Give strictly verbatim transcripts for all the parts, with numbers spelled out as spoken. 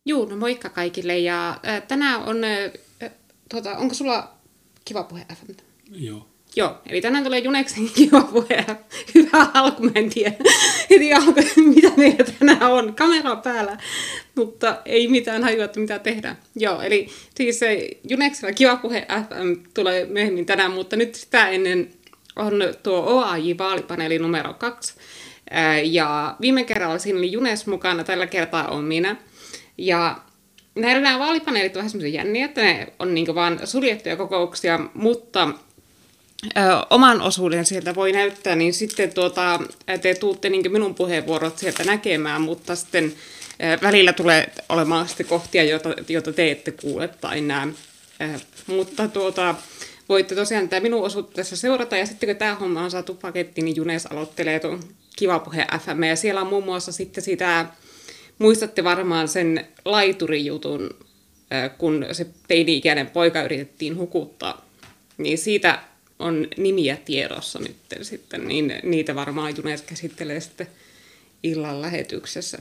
Juu, no moikka kaikille. Ja äh, tänään on, äh, tuota, onko sulla Kiva Puhe F M? Joo. Joo, eli tänään tulee Juneksen Kiva Puhe. Hyvä alku, mä en tiedä heti alku, mitä meillä tänään on. Kamera päällä, mutta ei mitään hajua, että mitä tehdään. Joo, eli siis se Juneksella Kiva Puhe F M tulee myöhemmin tänään, mutta nyt sitä ennen on tuo O A J-vaalipaneeli numero kaksi. Ja viime kerralla siinä oli Junes mukana, tällä kertaa on minä. Ja näillä nämä vaalipaneelit on vähän semmoisia jänniä, että ne on niinku vaan suljettuja kokouksia, mutta ö, oman osuuden sieltä voi näyttää, niin sitten tuota, te tuutte niinku minun puheenvuorot sieltä näkemään, mutta sitten ö, välillä tulee olemaan sitten kohtia, joita, joita te ette kuule tai näe. Ö, mutta tuota, voitte tosiaan tämä minun osuutta tässä seurata, ja sitten kun tämä homma on saatu pakettiin, niin Junes aloittelee tuon Kiva Puhe F M, ja siellä on muun muassa sitten sitä. Muistatte varmaan sen laiturijutun, kun se teini-ikäinen poika yritettiin hukuttaa. Niin siitä on nimiä tiedossa nyt sitten, niin niitä varmaan Junes käsittelee sitten illan lähetyksessä.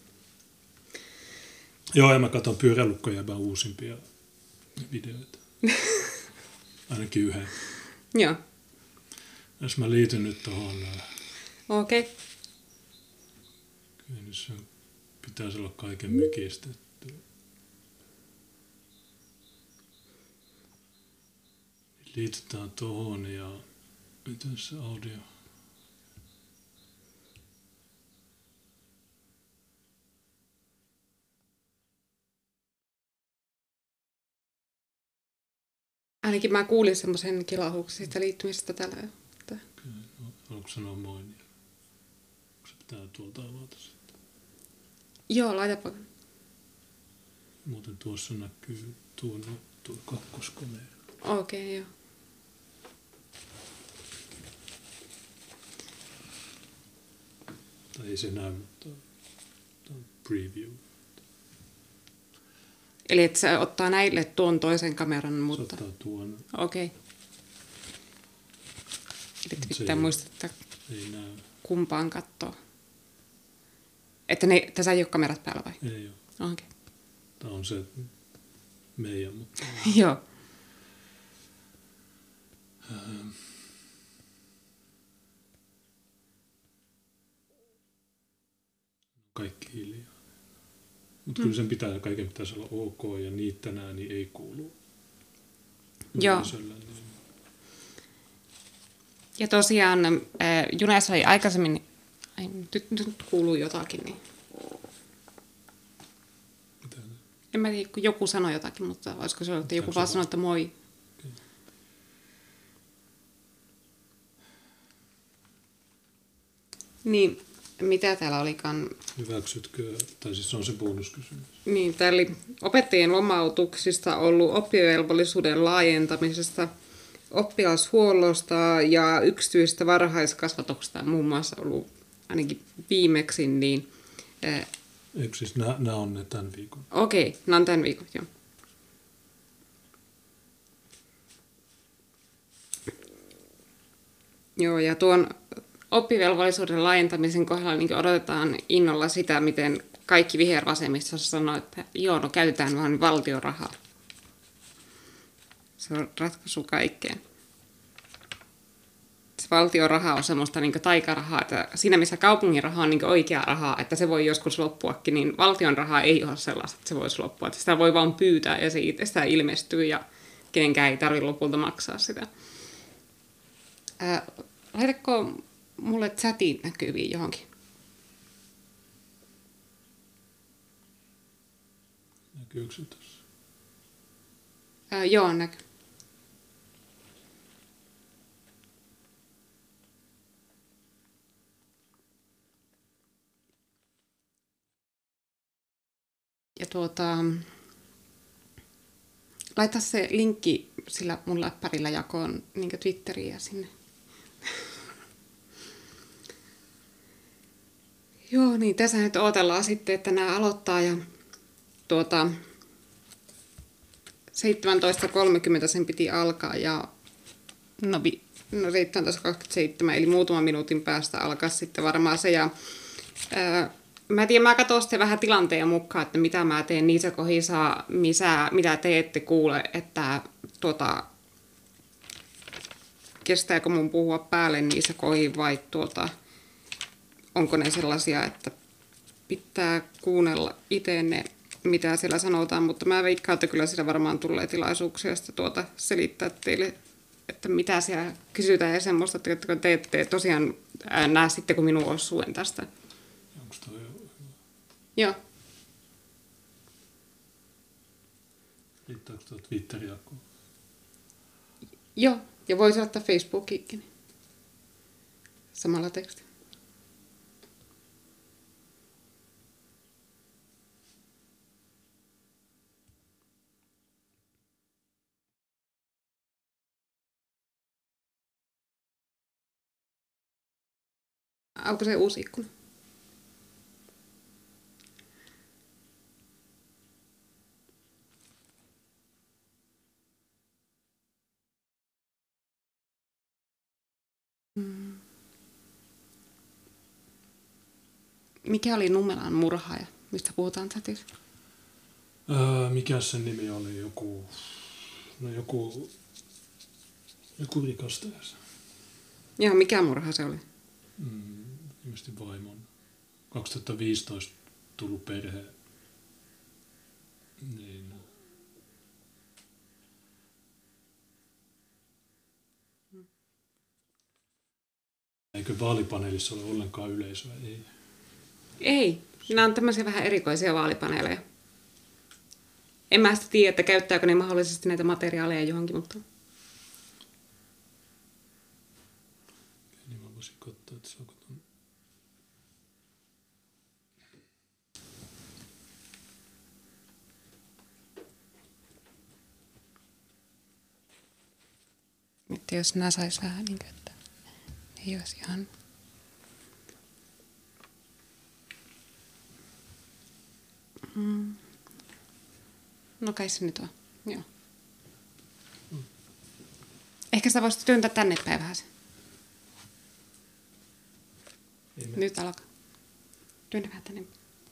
Joo, ja mä katson Pyörälukkojen uusimpia videoita. Ainakin yhden. Joo. Jos mä liityn nyt tuohon. Okei. Okay. Kyllä nyt se pitäisi olla kaiken mykistetty. Liitetään tuohon ja miten se audio? Ainakin mä kuulin semmoisen kilahuksista liittymisestä tällä. Okei, no, haluatko sanoa moi? Onko se pitää tuolta avata sitten? Joo, laitapa. Muuten tuossa näkyy tuo, tuo kakkoskone. Okei, okay, joo. Tai ei se näy, mutta tämä on preview. Eli että se ottaa näille tuon toisen kameran, mutta. Se ottaa tuon. Okei. Okay. Eli pitää ei, muistaa, että ei näy. kumpaan kattoo. Että ne, tässä ei ole kamerat päällä vai? Ei ole. Okei. Okay. Tämä on se meidän, mutta. Joo. Ähm. Kaikki hiljaa. Mutta mm. kyllä sen pitää, kaiken pitäisi olla ok, ja niitä tänään niin ei kuulu. Joo. Niin. Ja tosiaan äh, Junes oli aikaisemmin, ai, nyt, nyt kuuluu jotakin, niin. Mitä ne? En mä tiedä, kun joku sanoi jotakin, mutta olisiko se ollut, että joku vaan sanoi, että moi. Okay. Niin, mitä täällä olikaan? Hyväksytkö, tai siis se on se bonuskysymys. Niin, täällä oli opettajien lomautuksista ollut oppivelvollisuuden laajentamisesta, oppilashuollosta ja yksityisestä varhaiskasvatuksesta muun muassa ollut ainakin viimeksi, niin. Eikö siis nämä, nämä on ne tämän viikon? Okei, nämä on tämän viikon, joo. Joo, ja tuon oppivelvollisuuden laajentamisen kohdalla niin odotetaan innolla sitä, miten kaikki vihervasemmistossa sanoo, että joo, no käytetään vaan valtion rahaa. Se on ratkaisu kaikkeen. Se valtion raha on semmoista niin taikarahaa, että siinä missä kaupungin raha on niin oikea rahaa, että se voi joskus loppuakin, niin valtion rahaa ei ole sellaista, että se voisi loppua. Että sitä voi vaan pyytää ja se sitä ilmestyy ja kenenkään ei tarvitse lopulta maksaa sitä. Ää, laitatko mulle chatin näkyviin johonkin? Näkyykö se tuossa? Ää, joo, näkyy. Ja tuota, laita se linkki sillä mun läppärillä jakoon niin Twitteriin ja sinne. Joo, niin tässä nyt odotellaan sitten, että nämä aloittaa ja tuota, seitsemäntoista kolmekymmentä sen piti alkaa ja no, vi, no seitsemäntoista kaksikymmentäseitsemän eli muutaman minuutin päästä alkaa sitten varmaan se ja ää, mä tiedän, mä katson sitten vähän tilanteen mukaan, että mitä mä teen niissä kohdissa, missä, mitä te ette kuule, että tuota, kestääkö mun puhua päälle niissä kohdissa vai tuota, onko ne sellaisia, että pitää kuunnella itse ne, mitä siellä sanotaan, mutta mä veikkaan, että kyllä siellä varmaan tulee tilaisuuksia sitä tuota selittää teille, että mitä siellä kysytään ja semmoista, että te ette tosiaan näe sitten, kun minun osuen tästä. Onko toi jo hyvä? Joo. Riittääkö tuo Twitter-jakoon? Joo, ja voisi ottaa Facebookiinkin. Samalla tekstillä. Onko se uusi ikkuna? Mm. Mikä oli Numelan murhaaja? Mistä puhutaan chatissa? Öö, mikä sen nimi oli? Joku, no joku, joku rikastajas. Joo, mikä murha se oli? Mm, ilmeisesti vaimon. kaksituhattaviisitoista tullut perhe. Niin. Eikö vaalipaneelissa ole ollenkaan yleisöä? Ei. Ei. Nämä on tämmöisiä vähän erikoisia vaalipaneeleja. En mä sitä tiedä, että käyttääkö ne mahdollisesti näitä materiaaleja johonkin, mutta... Niin mä voisin katsoa, että saako ton... Että jos nämä sais vähän niin kuin, että ne ei olisi ihan... Mm. No kai se nyt on, joo. Mm. Ehkä sä voisit työntää tänne päin vähän sen. Nyt alkaa. Työnnä vähän tänne.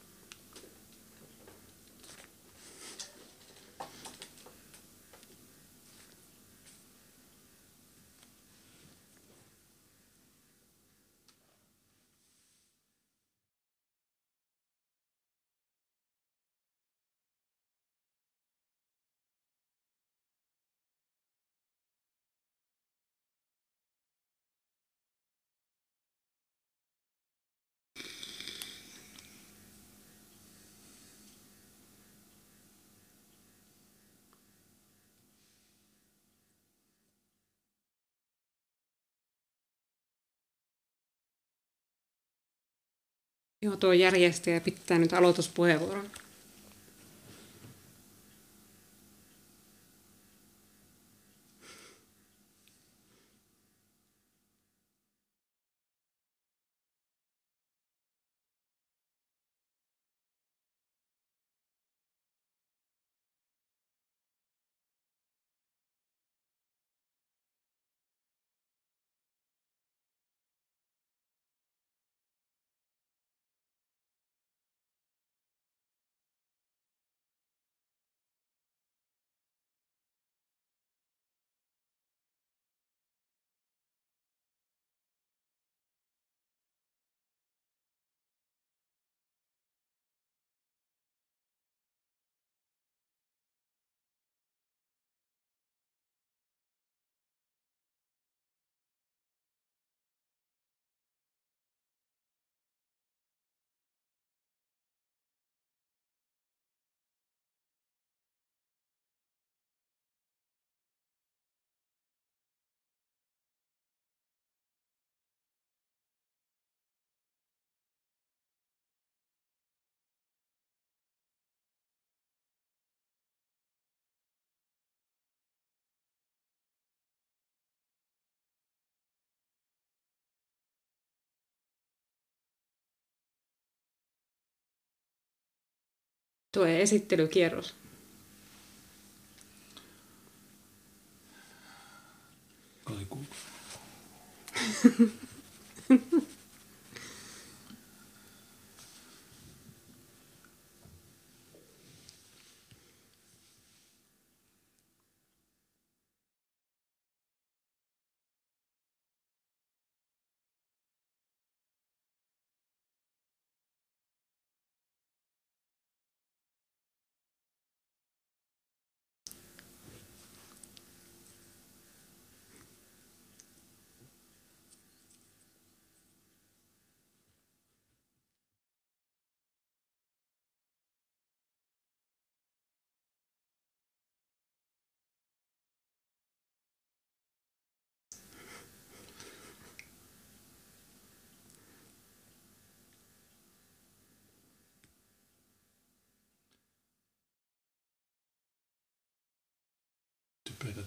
Joo, tuo järjestäjä pitää nyt aloituspuheenvuoron. Tuo esittelykierros. Kaikuu.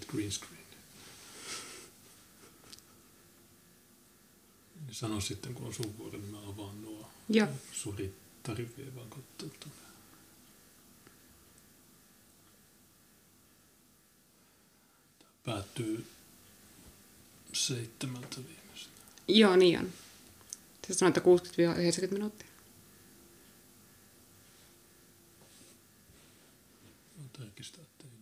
green screen. Niin sano sitten, kun on sun vuoro, niin mä avaan nuo. Joo. Suri tarvii vaan katsoa. Tämä päättyy seitsemältä viimeistä. Joo, niin on. Se sanoo, että kuusikymmentä yhdeksänkymmentä minuuttia. Mä tarkistaa teille.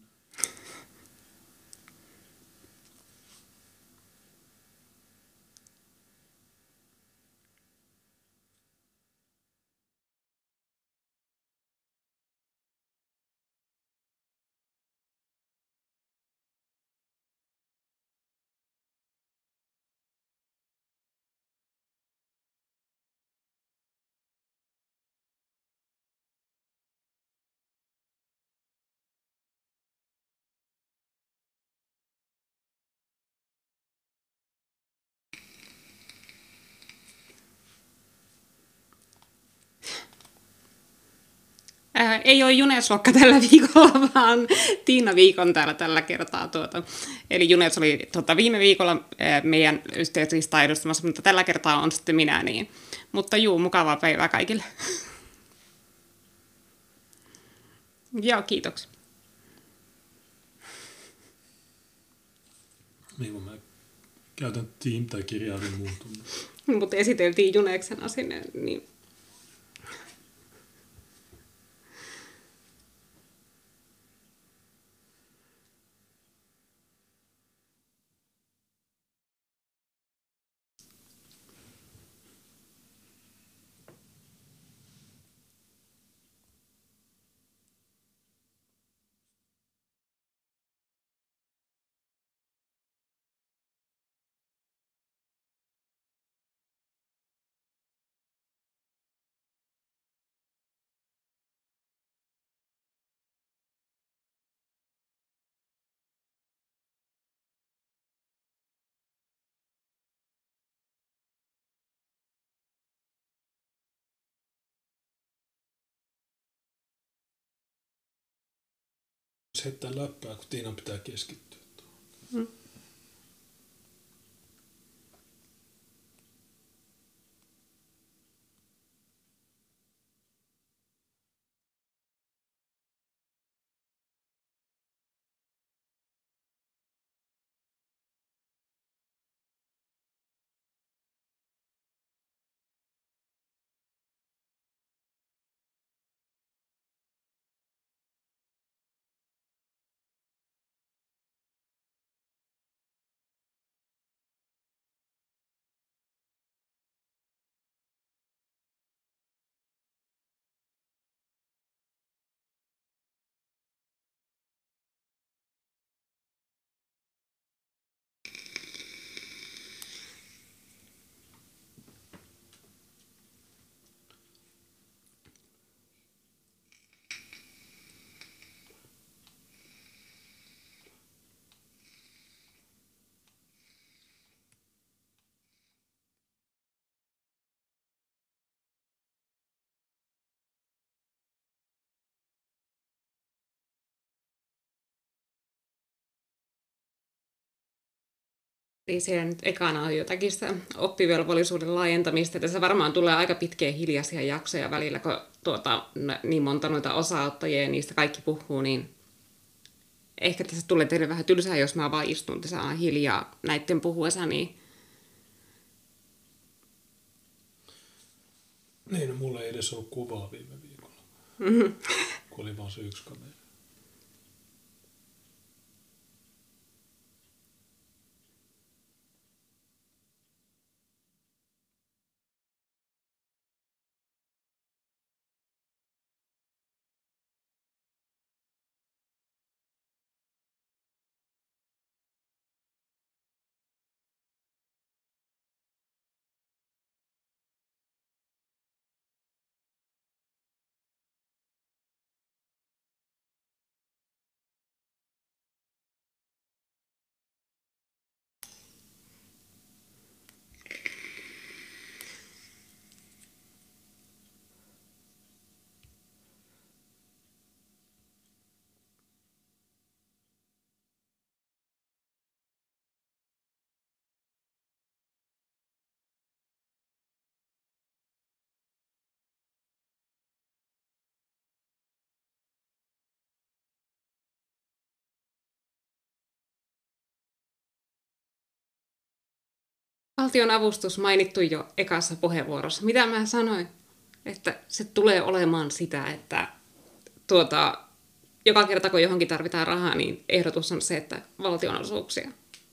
Ää, ei ole Junes-luokka tällä viikolla, vaan Tiina Viikon täällä tällä kertaa. Tuota. Eli Junes oli tuota, viime viikolla ää, meidän yhteislistaa edustamassa, mutta tällä kertaa on sitten minä. Niin. Mutta juu, mukavaa päivää kaikille. Joo, kiitoksia. Niin kun mä käytän Team tai kirjaavin muutun. Mutta esiteltiin Juneksena sinne, niin Se heittää läppää, kun Tiinan pitää keskittyä. mm. Eli siellä nyt ekana on jotakin sitä oppivelvollisuuden laajentamista. Tässä varmaan tulee aika pitkiä hiljaisia jaksoja välillä, kun tuota, niin monta noita osaottajia ja niistä kaikki puhuu, niin ehkä tässä tulee teille vähän tylsää, jos mä vaan istun tässä hiljaa näiden puhuessa, niin Niin, no mulla ei edes ollut kuvaa viime viikolla, mm-hmm. kun oli vaan se yksi kamera. Valtion avustus mainittu jo ekassa puheenvuorossa. Mitä mä sanoin? Että se tulee olemaan sitä, että tuota, joka kerta kun johonkin tarvitaan rahaa, niin ehdotus on se, että valtionosuuksia.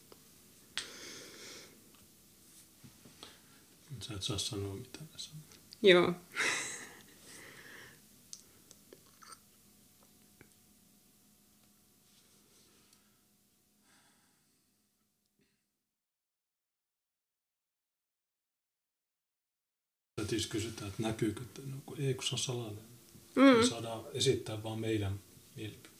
Sä et saa sanoa, mitä mä sanon. Joo. Tietysti kysytään, että näkyykö, että no, kun ei kun se on salainen. Mm. Me saadaan esittää vaan meidän mielipiteet.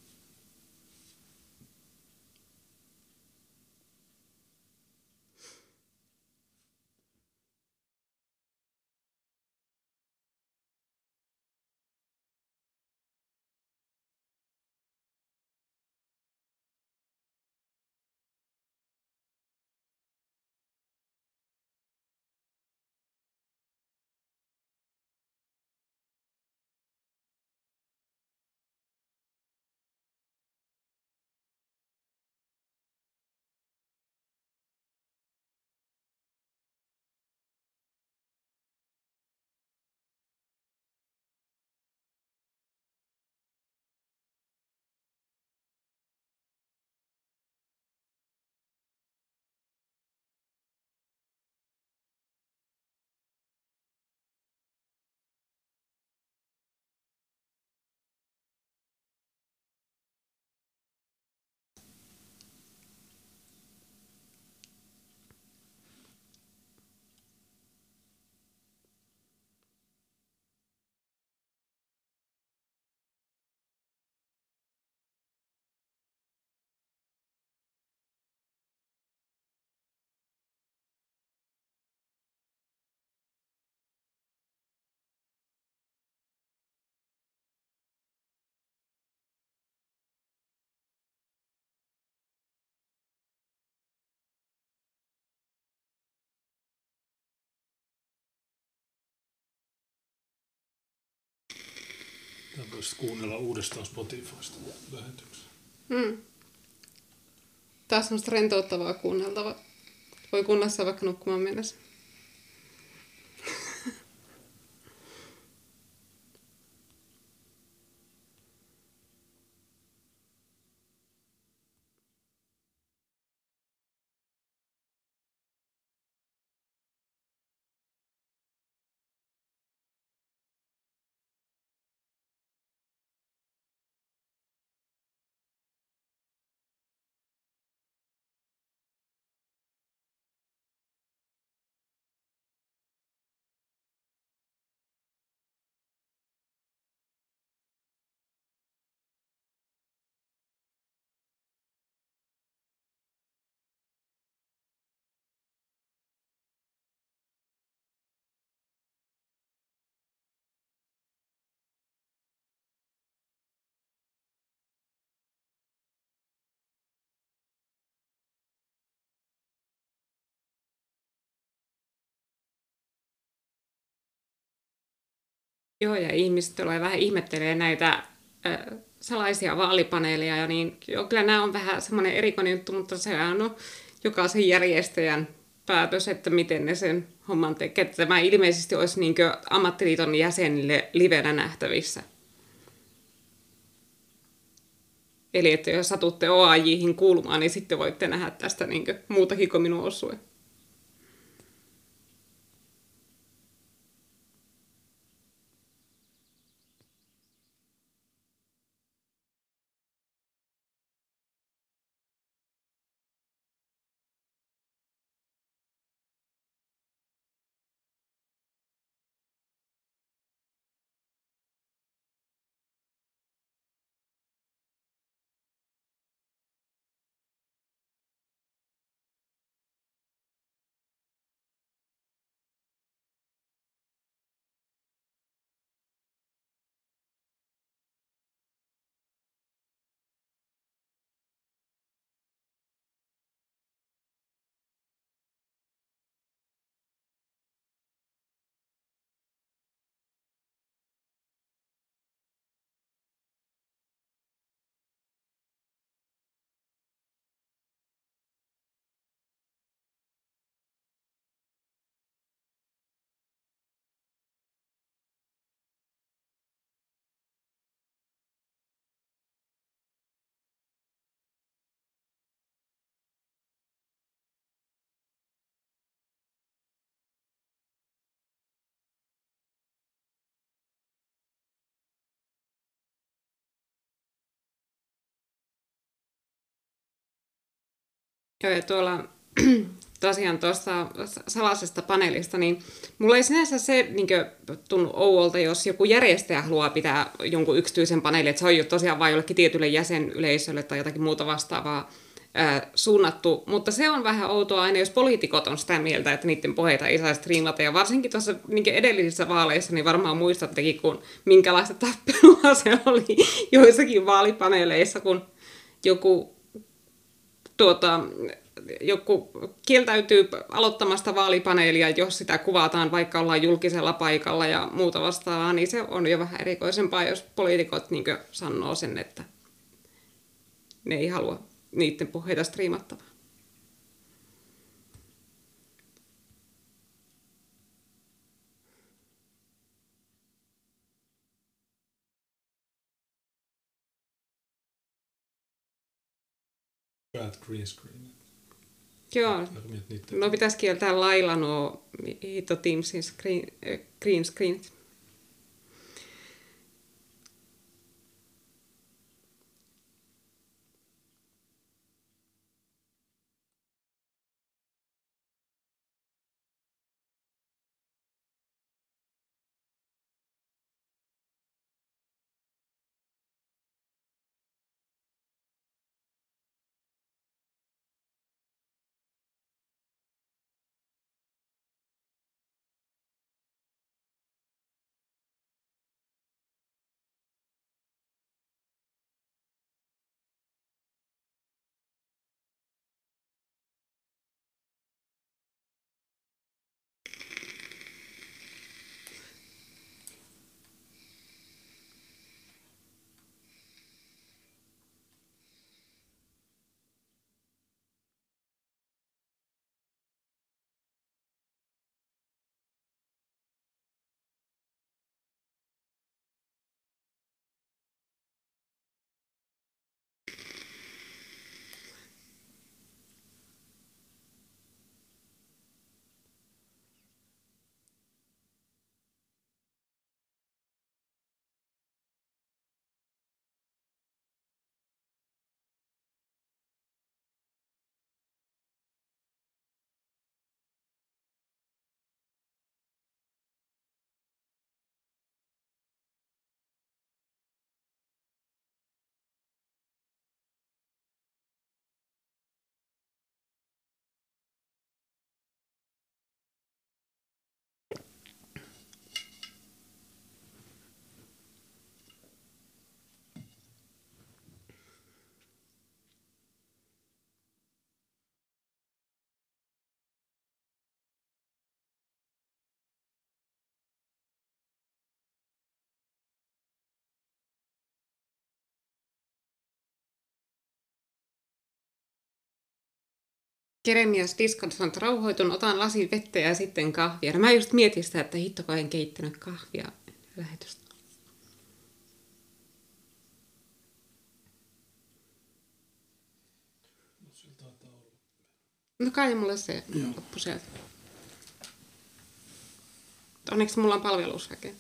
Tämä voisi kuunnella uudestaan Spotifysta lähetyksen. Mm. Taas semmoista rentouttavaa kuunneltavaa. Voi kuunnella sitä vaikka nukkumaan mennessä. Joo, ja ihmiset tulee vähän ihmettelee näitä äh, salaisia vaalipaneeleja, ja niin joo, kyllä nämä on vähän semmoinen erikoinen juttu, mutta se on jokaisen järjestäjän päätös, että miten ne sen homman tekee. Tämä ilmeisesti olisi niin kuin ammattiliiton jäsenille livenä nähtävissä. Eli että jos satutte O A J:hin kuulumaan, niin sitten voitte nähdä tästä niin kuin muutakin kuin minun osue. Joo, ja tuolla tosiaan tuosta salaisesta paneelista, niin mulla ei sinänsä se niin kuin, tunnu ouolta, jos joku järjestäjä haluaa pitää jonkun yksityisen paneelin, että se on jo tosiaan vain jollekin tietylle jäsenyleisölle tai jotakin muuta vastaavaa ää, suunnattu, mutta se on vähän outoa aina, jos poliitikot on sitä mieltä, että niiden puheita ei saa striimata, ja varsinkin tuossa niin edellisissä vaaleissa, niin varmaan muistattekin, kun minkälaista tappelua se oli joissakin vaalipaneeleissa, kun joku tuota, joku kieltäytyy aloittamasta vaalipaneelia, jos sitä kuvataan, vaikka ollaan julkisella paikalla ja muuta vastaavaa, niin se on jo vähän erikoisempaa, jos poliitikot niin sanoo sen, että ne ei halua niiden puheita striimattavaa. Bad green screen. Joo, no pitäisi kieltää lailla nuo hito Teamsin screen, green screenit. Jeremias Discordson, rauhoitun, otan lasin vettä ja sitten kahvia. No mä just mietin sitä, että hittoko en keittänyt kahvia lähetystä. No kai mulle se loppu sieltä. Onneksi mulla on palvelusväkeä.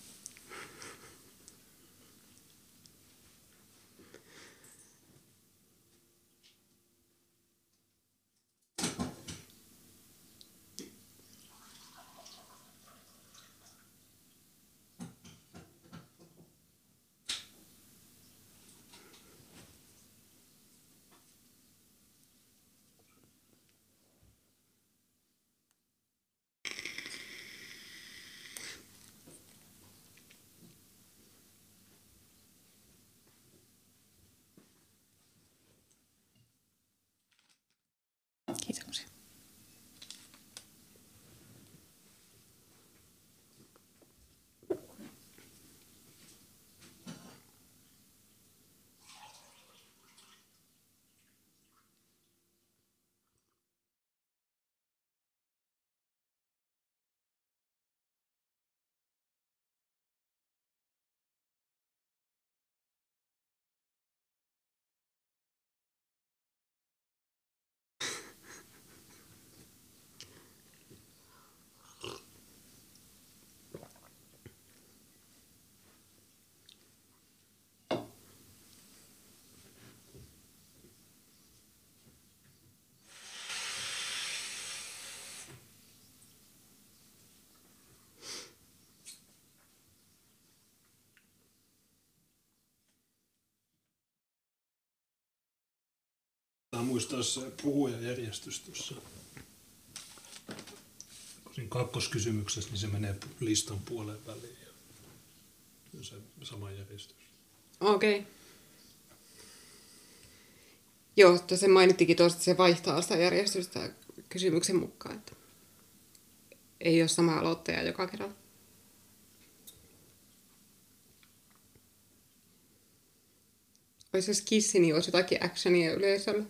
muistaa se puhujajärjestys tuossa. Siinä kakkoskysymyksessä, niin se menee listan puoleen väliin. Ja se sama järjestys. Okei. Okay. Joo, se mainittikin tuosta, että se vaihtaa sitä järjestystä kysymyksen mukaan. Että ei ole sama aloittaja joka kerralla. Olisi se kissi, niin olisi jotakin actionia yleisöllä.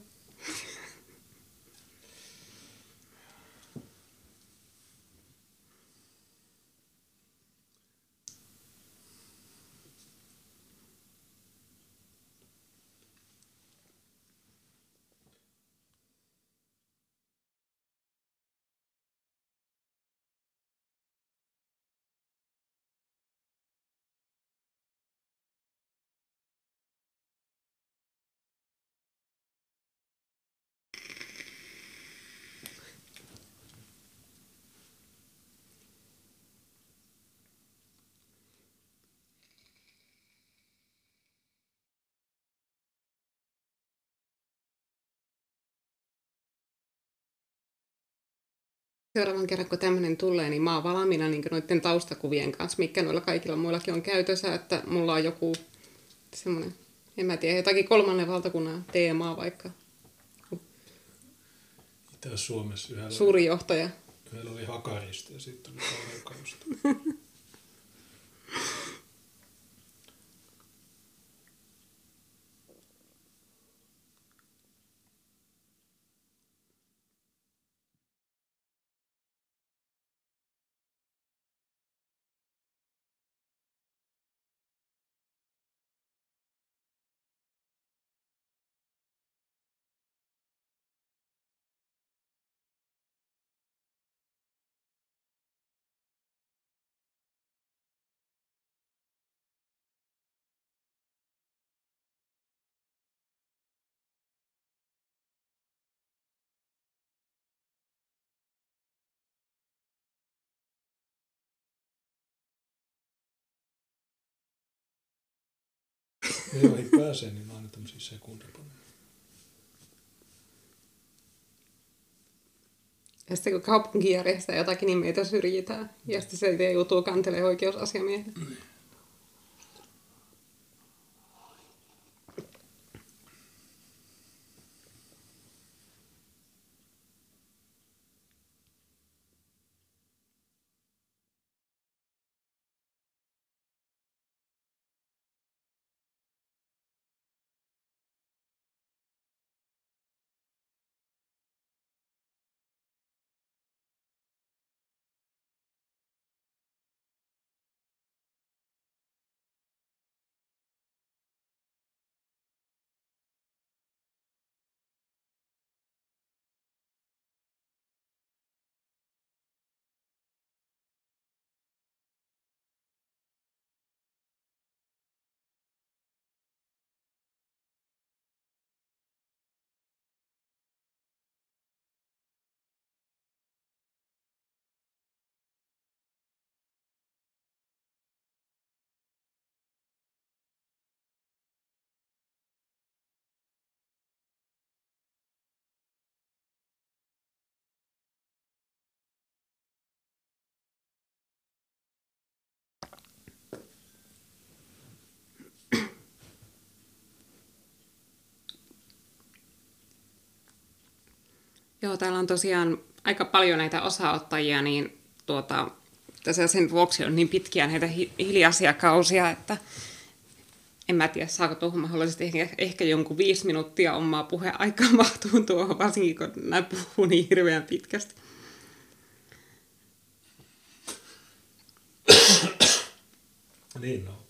Seuraavan kerran, kun tämmöinen tulee, niin mä oon valmiina niin noiden taustakuvien kanssa, mikä noilla kaikilla muillakin on käytössä, että mulla on joku semmoinen, en mä tiedä, jotakin kolmannen valtakunnan teemaa vaikka. Itä-Suomessa yhdellä, suuri johtaja. Yhdellä oli hakarista ja sitten oli kauheukausta. Joihin pääsee, niin on aina tämmöisiä sekundapaneja. Ja sitten kun kaupunki järjestää jotakin, niin meitä syrjitään. Ja sitten se joutuu kantelemaan oikeusasiamiehen. Mm. Joo, täällä on tosiaan aika paljon näitä osaottajia, niin tuota, tässä sen vuoksi on niin pitkiä näitä hiljaisia kausia, että en mä tiedä, saako tuohon mahdollisesti ehkä, ehkä jonkun viisi minuuttia omaa puheaikaa mahtuu tuohon, varsinkin kun nämä puhuu niin hirveän pitkästi. Niin no.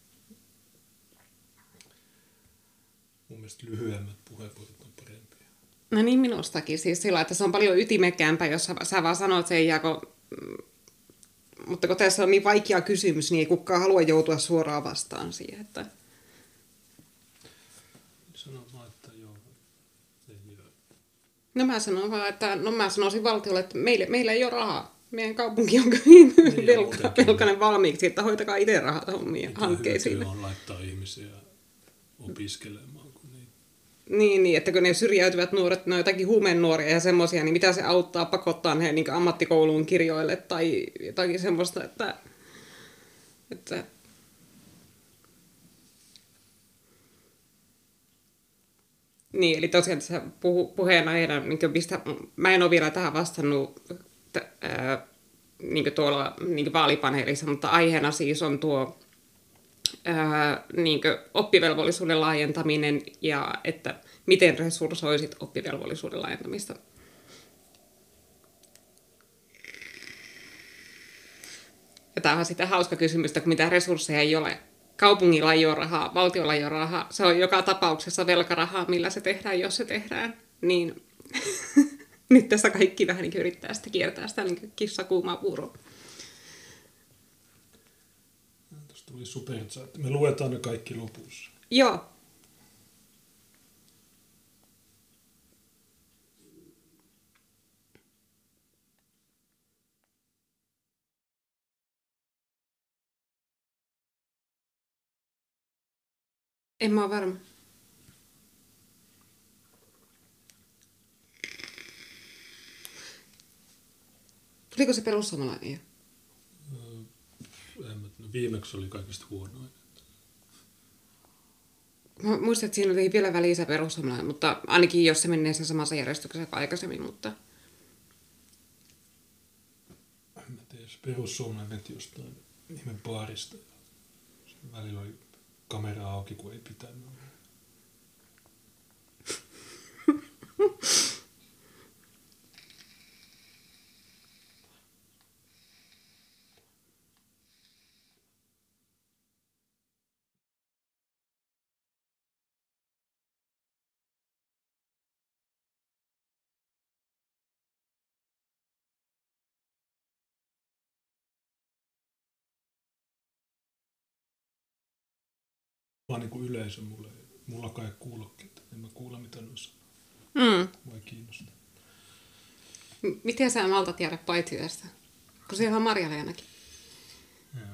Mun mielestä lyhyemmät puheenvuorot on parempia. No niin minustakin. Siis sillä, että se on paljon ytimekkäämpää, jos sä, sä vaan sanot sen ja kun, mutta kun tässä on niin vaikea kysymys, niin ei kukaan halua joutua suoraan vastaan siihen. Että... Sano vaan, että joo. Ei joo. No mä sanon vaan, että no mä sanoisin valtiolle, että meillä, meillä ei ole rahaa. Meidän kaupunki on niin velka, velkainen valmiiksi, että hoitakaa itse rahat hommiin hankkeisiin. Mitä hyötyä on laittaa ihmisiä opiskelemaan, kun niin Niin, niin, että kun ne syrjäytyvät nuoret, ne on jotakin huumenuoria ja semmoisia, niin mitä se auttaa pakottaa ne niin ammattikouluun kirjoille tai jotakin semmoista, että, että niin, eli tosiaan tässä puhu, puheenaiheena, niin mistä, mä en ole vielä tähän vastannut t, ää, niin tuolla niin vaalipaneelissa, mutta aiheena siis on tuo ää, niin oppivelvollisuuden laajentaminen ja että miten resurssoisit oppivelvollisuuden laajentamista. Ja tämä on sitten hauska kysymys, kun mitä resursseja ei ole. Kaupungilla ei ole rahaa, valtiolla ei ole rahaa. Se on joka tapauksessa velkarahaa, millä se tehdään, jos se tehdään. Niin nyt tässä kaikki vähän niin yrittää sitä kiertää sitä niin kissa kuumaa puuroa. Tuosta tuli superchat. Me luetaan ne kaikki lopussa. Joo. En mä ole varma. Tuliko se perussuomalainen jo? No, viimeksi oli kaikista huonoin. Mä muistan, että siinä oli vielä välissä perussuomalainen, mutta ainakin jos se menee sen samassa järjestyksessä kuin aikaisemmin, mutta... En mä tiedä, jos perussuomalainen veti jostain nimen baarista. Välillä oli kamera auki, kun ei pitänyt. Vaan niin kuin yleisö mulle, mulla kai kuulokkeet, en mä kuule mitä ne sanoo. Mm. Mua ei kiinnosta. M- miten sä maltat jäädä paitsi tästä? Kun siellä on Marja-Leenakin. Joo.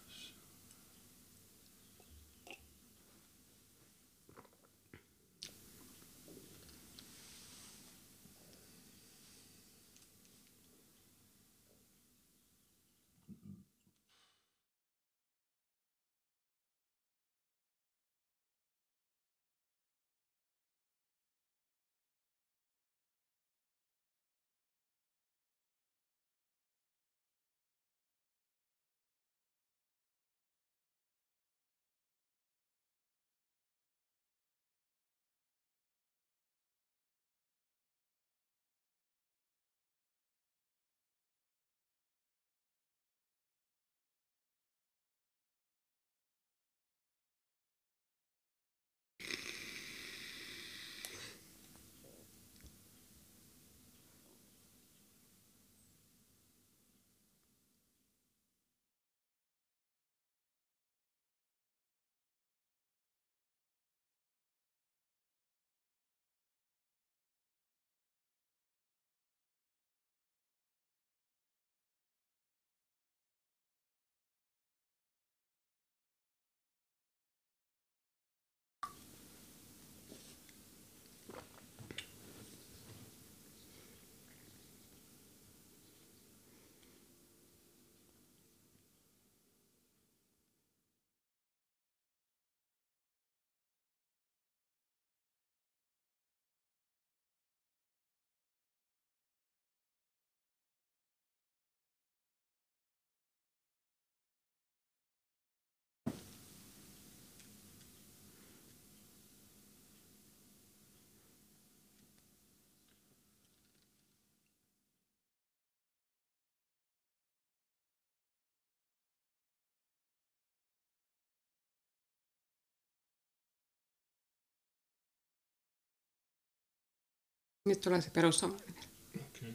Nyt tulee se perussuomalainen. Okay.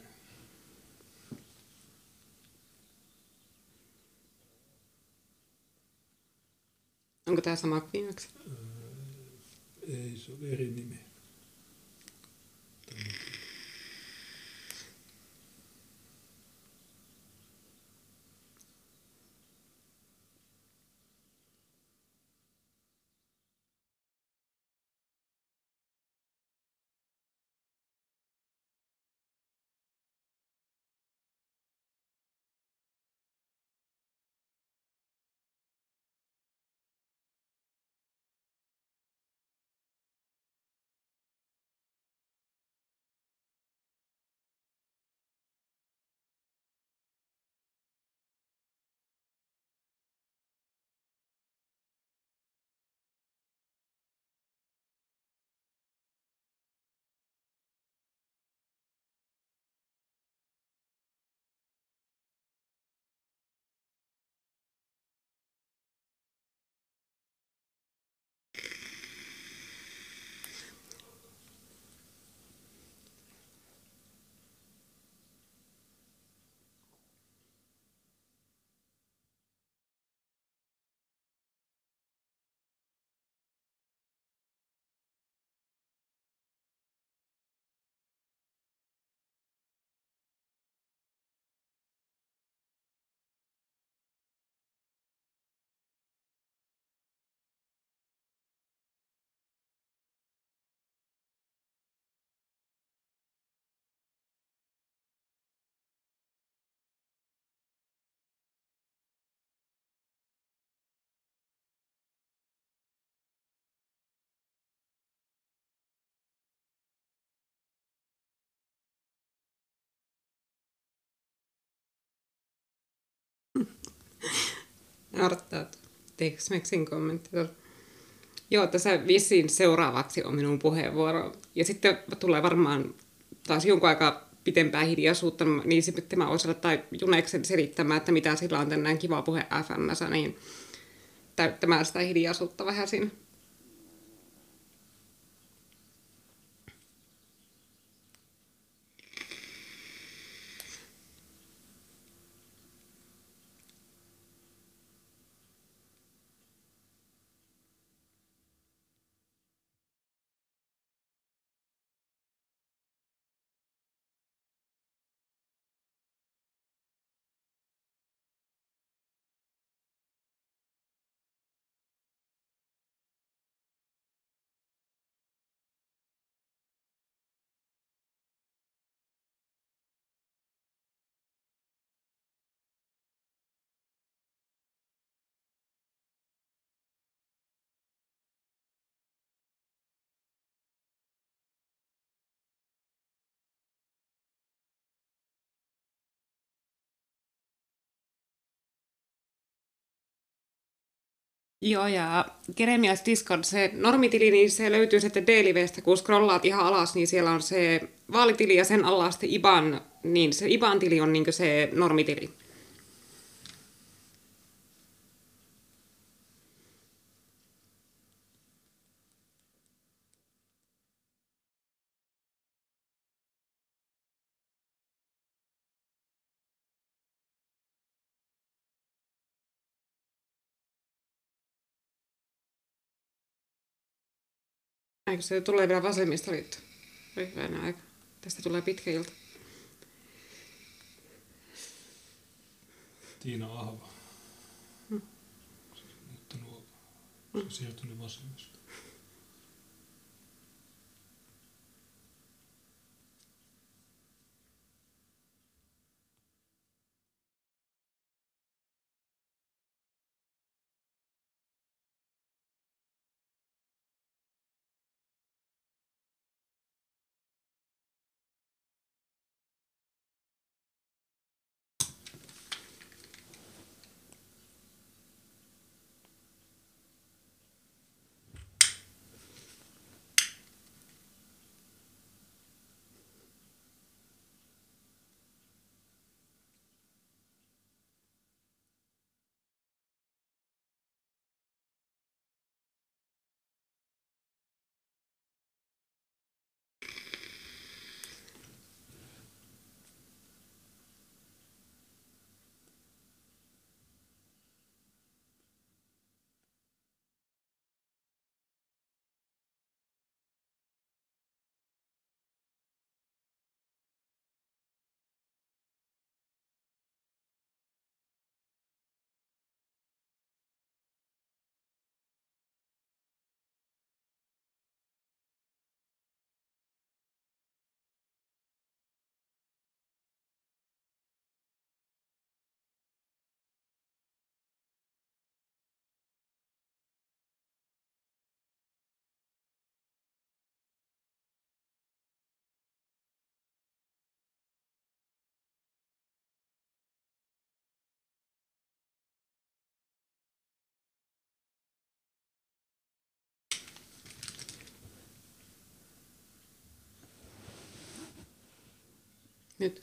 Onko tämä sama kuin viimeksi? Öö, ei, se on eri nimi. Arttaa Tex-Mexin kommentti. Joo, tässä vissiin seuraavaksi on minun puheenvuoro. Ja sitten tulee varmaan taas jonkun aikaa pitempää hiljaisuutta, niin sitten mä osaan tai Juneksen selittämään, että mitä sillä on tänään kiva puhe F M:ssä, niin täyttämään sitä hiljaisuutta vähän siinä. Joo, ja Jeremias Discord, se normitili, niin se löytyy sitten D-livestä, kun scrollaat ihan alas, niin siellä on se vaalitili ja sen alla sitten I B A N, niin se I B A N-tili on niin se normitili. Eikö se tulee vielä vasemmistoliitto? Oi, hyvänä aika. Tästä tulee pitkä ilta. Tiina Ahva. Hmm. Se on muuttanut, se on siirtynyt vasemmista. Nyt.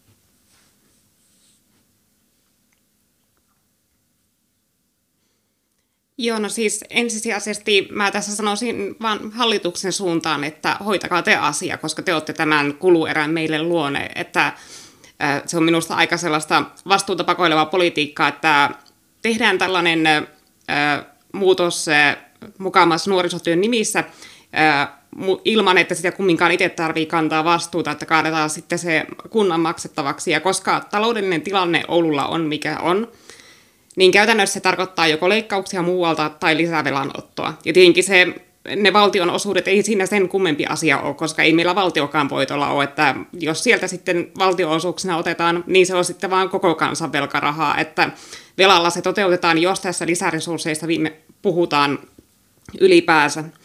Joo, no siis ensisijaisesti mä tässä sanoisin vaan hallituksen suuntaan, että hoitakaa te asia, koska te olette tämän kuluerän meille luone, että se on minusta aika sellaista vastuuta pakoilevaa politiikkaa, että tehdään tällainen muutos mukamas nuorisotyön nimissä ilman, että sitä kumminkaan itse tarvii kantaa vastuuta, että kaadetaan sitten se kunnan maksettavaksi. Ja koska taloudellinen tilanne Oululla on mikä on, niin käytännössä se tarkoittaa joko leikkauksia muualta tai lisävelanottoa. Ja tietenkin se, ne valtion osuudet ei siinä sen kummempi asia ole, koska ei meillä valtiokaan voitolla ole, että jos sieltä sitten valtio-osuuksina otetaan, niin se on sitten vaan koko kansan velkarahaa, että velalla se toteutetaan, jos tässä lisäresursseista viime puhutaan ylipäänsä.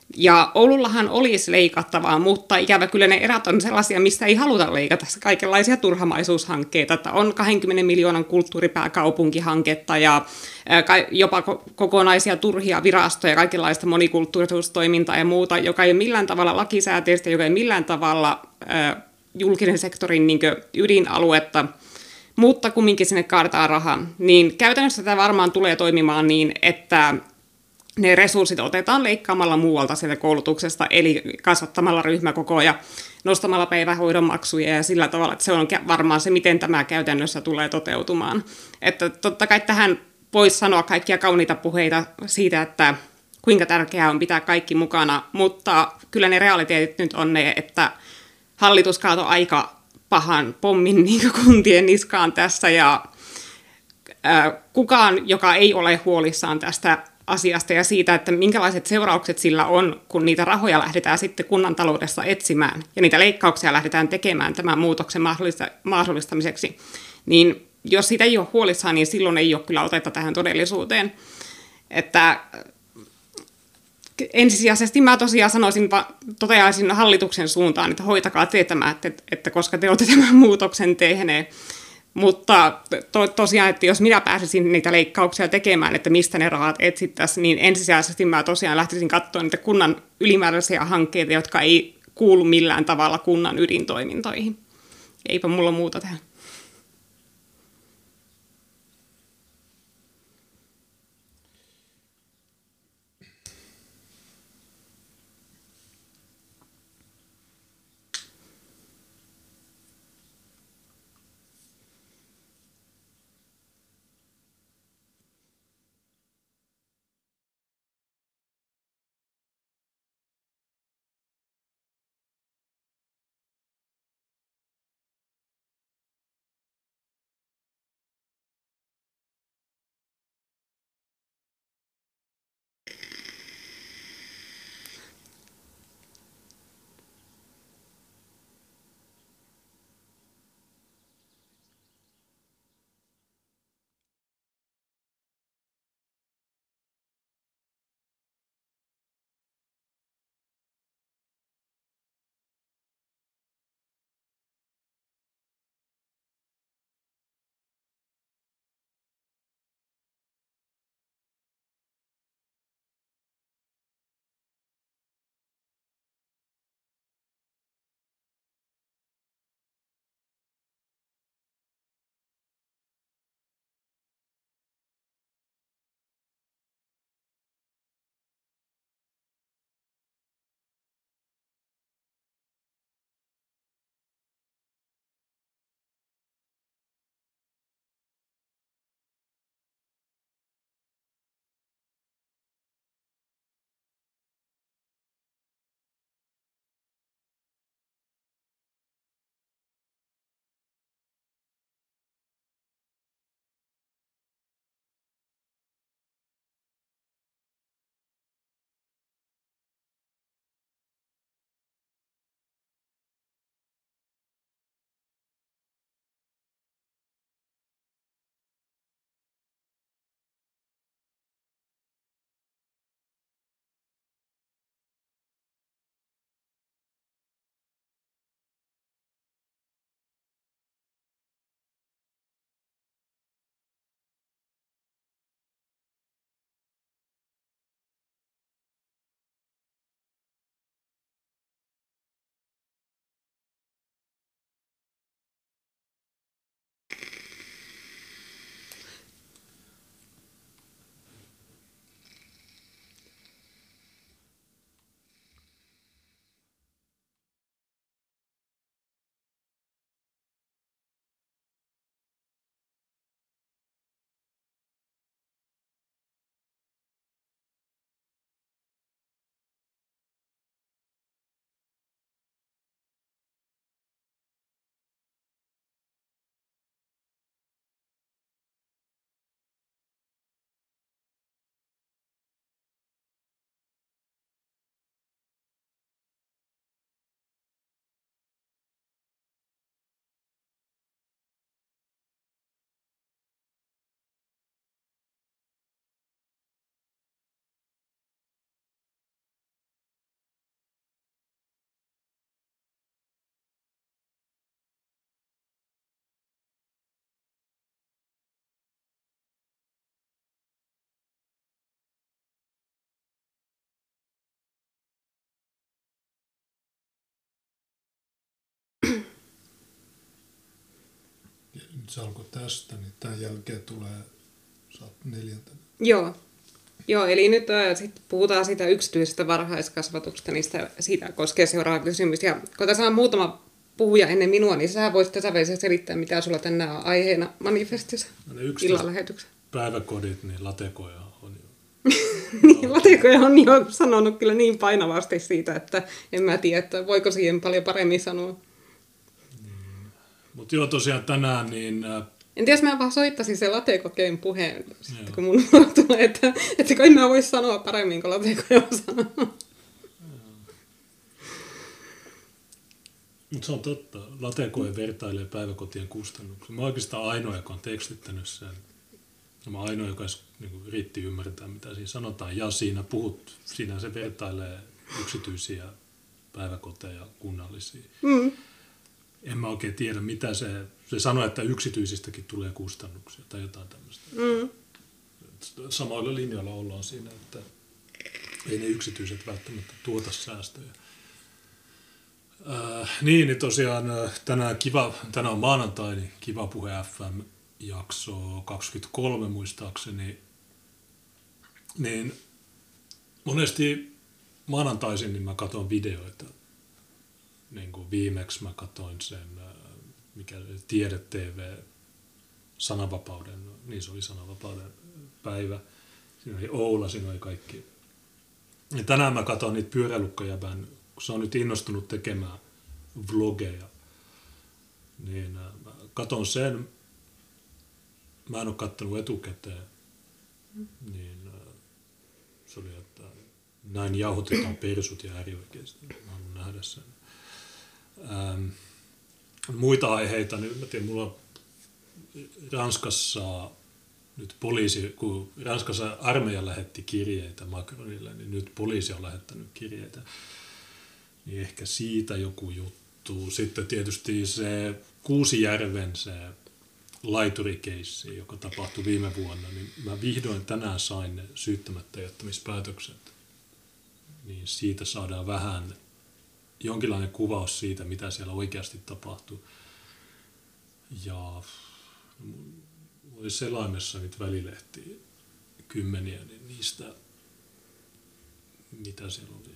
Ja Oulullahan olisi leikattavaa, mutta ikävä kyllä ne erät on sellaisia, mistä ei haluta leikata kaikenlaisia turhamaisuushankkeita. Että on kahdenkymmenen miljoonan kulttuuripääkaupunkihanketta ja jopa kokonaisia turhia virastoja, kaikenlaista monikulttuurisuustoimintaa ja muuta, joka ei ole millään tavalla lakisääteistä, joka ei millään tavalla julkisen sektorin niin kuin ydinaluetta, mutta kumminkin sinne kaadetaan rahaa. Niin käytännössä tämä varmaan tulee toimimaan niin, että ne resurssit otetaan leikkaamalla muualta sieltä koulutuksesta, eli kasvattamalla ryhmäkokoa ja nostamalla päivähoidon maksuja ja sillä tavalla, että se on varmaan se, miten tämä käytännössä tulee toteutumaan. Että totta kai tähän voisi sanoa kaikkia kauniita puheita siitä, että kuinka tärkeää on pitää kaikki mukana, mutta kyllä ne realiteetit nyt on ne, että hallitus kaatoi aika pahan pommin niin kuntien niskaan tässä ja ää, kukaan, joka ei ole huolissaan tästä asiasta ja siitä, että minkälaiset seuraukset sillä on, kun niitä rahoja lähdetään sitten kunnan taloudessa etsimään ja niitä leikkauksia lähdetään tekemään tämän muutoksen mahdollistamiseksi, niin jos siitä ei ole huolissaan, niin silloin ei ole kyllä otetta tähän todellisuuteen. Että ensisijaisesti mä tosiaan sanoisin, toteaisin hallituksen suuntaan, että hoitakaa te tämä, että, että koska te olette tämän muutoksen tehneet. Mutta to, tosiaan, että jos minä pääsisin niitä leikkauksia tekemään, että mistä ne rahat etsittäisiin, niin ensisijaisesti mä tosiaan lähtisin katsoa niitä kunnan ylimääräisiä hankkeita, jotka ei kuulu millään tavalla kunnan ydintoimintoihin. Eipä mulla muuta tehdä. Nyt se alkoi tästä, niin tämän jälkeen tulee, saat neljäntenä. Joo. Joo, eli nyt äh, sit puhutaan siitä yksityisestä varhaiskasvatuksesta, niin sitä, siitä koskee seuraava kysymys. Ja kun tässä on muutama puhuja ennen minua, niin sä voisit tässä välissä selittää, mitä sulla tänään on aiheena manifestissa No illanlähetyksen. Päiväkodit, niin latekoja on jo. Niin, latekoja on jo sanonut kyllä niin painavasti siitä, että en mä tiedä, että voiko siihen paljon paremmin sanoa. Mm. Mutta joo, tosiaan tänään niin... En tiedä, jos mä vaan soittaisin sen latekokeen puheen, sitten kun mun vuoro tulee, että, että kun en mä voi sanoa paremmin, kuin latekoja sanoo. Mutta se on totta. Latekoe vertailee päiväkotien kustannuksia. Mä oon oikeastaan ainoa, joka on tekstittänyt sen. Mä oon ainoa, joka niin riitti ymmärtää, mitä siinä sanotaan. Ja siinä puhut, siinä se vertailee yksityisiä päiväkoteja kunnallisia. Mm. En mä oikein tiedä, mitä se... Se sanoo, että yksityisistäkin tulee kustannuksia tai jotain tämmöistä. Mm. Samoilla linjoilla ollaan siinä, että ei ne yksityiset välttämättä tuota säästöjä. Äh, niin, niin tosiaan tänään, kiva, tänään on maanantai, niin Kiva Puhe F M jakso kaksikymmentäkolme muistaakseni. Niin monesti maanantaisin niin mä katson videoita. Niin kuin viimeksi mä katsoin sen, mikä Tiede-T V, sananvapauden, niin se oli sananvapauden päivä. Siinä oli Oula, siinä oli kaikki. Ja tänään mä katson niitä pyöräilukkajäbän, kun se on nyt innostunut tekemään vlogeja. Niin mä katson sen, mä en ole kattonut etukäteen, niin se oli, että näin jauhotetaan persut ja äärioikeista. Mä haluan nähdä sen. Ähm, muita aiheita, niin mä tiedän, mulla on Ranskassa nyt poliisi, kun Ranskassa armeija lähetti kirjeitä Macronille, niin nyt poliisi on lähettänyt kirjeitä. Niin ehkä siitä joku juttu. Sitten tietysti se Kuusijärven se laiturikeissi, joka tapahtui viime vuonna, niin mä vihdoin tänään sain ne syyttämättä jättämispäätökset. Niin siitä saadaan vähän jonkinlainen kuvaus siitä, mitä siellä oikeasti tapahtui. Ja oli selaimessa nyt välilehtiä kymmeniä, niin niistä, mitä siellä oli,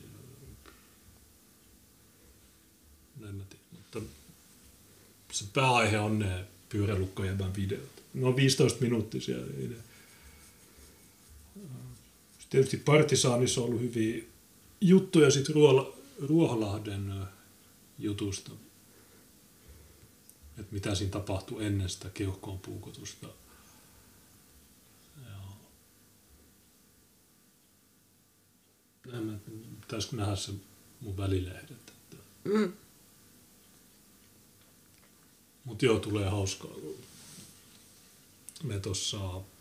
en mä tiedä, mutta se pääaihe on ne pyöräilukkajäbän videot. Ne on viisitoista minuuttisia. Tietysti Partisaanissa on ollut hyviä juttuja sitten Ruoholahden jutusta, että mitä siinä tapahtui ennen sitä keuhkoon puukotusta. Ja pitäisikö nähdä se mun välilehdet. Mm. Mutta joo, tulee hauskaa. Me tossa...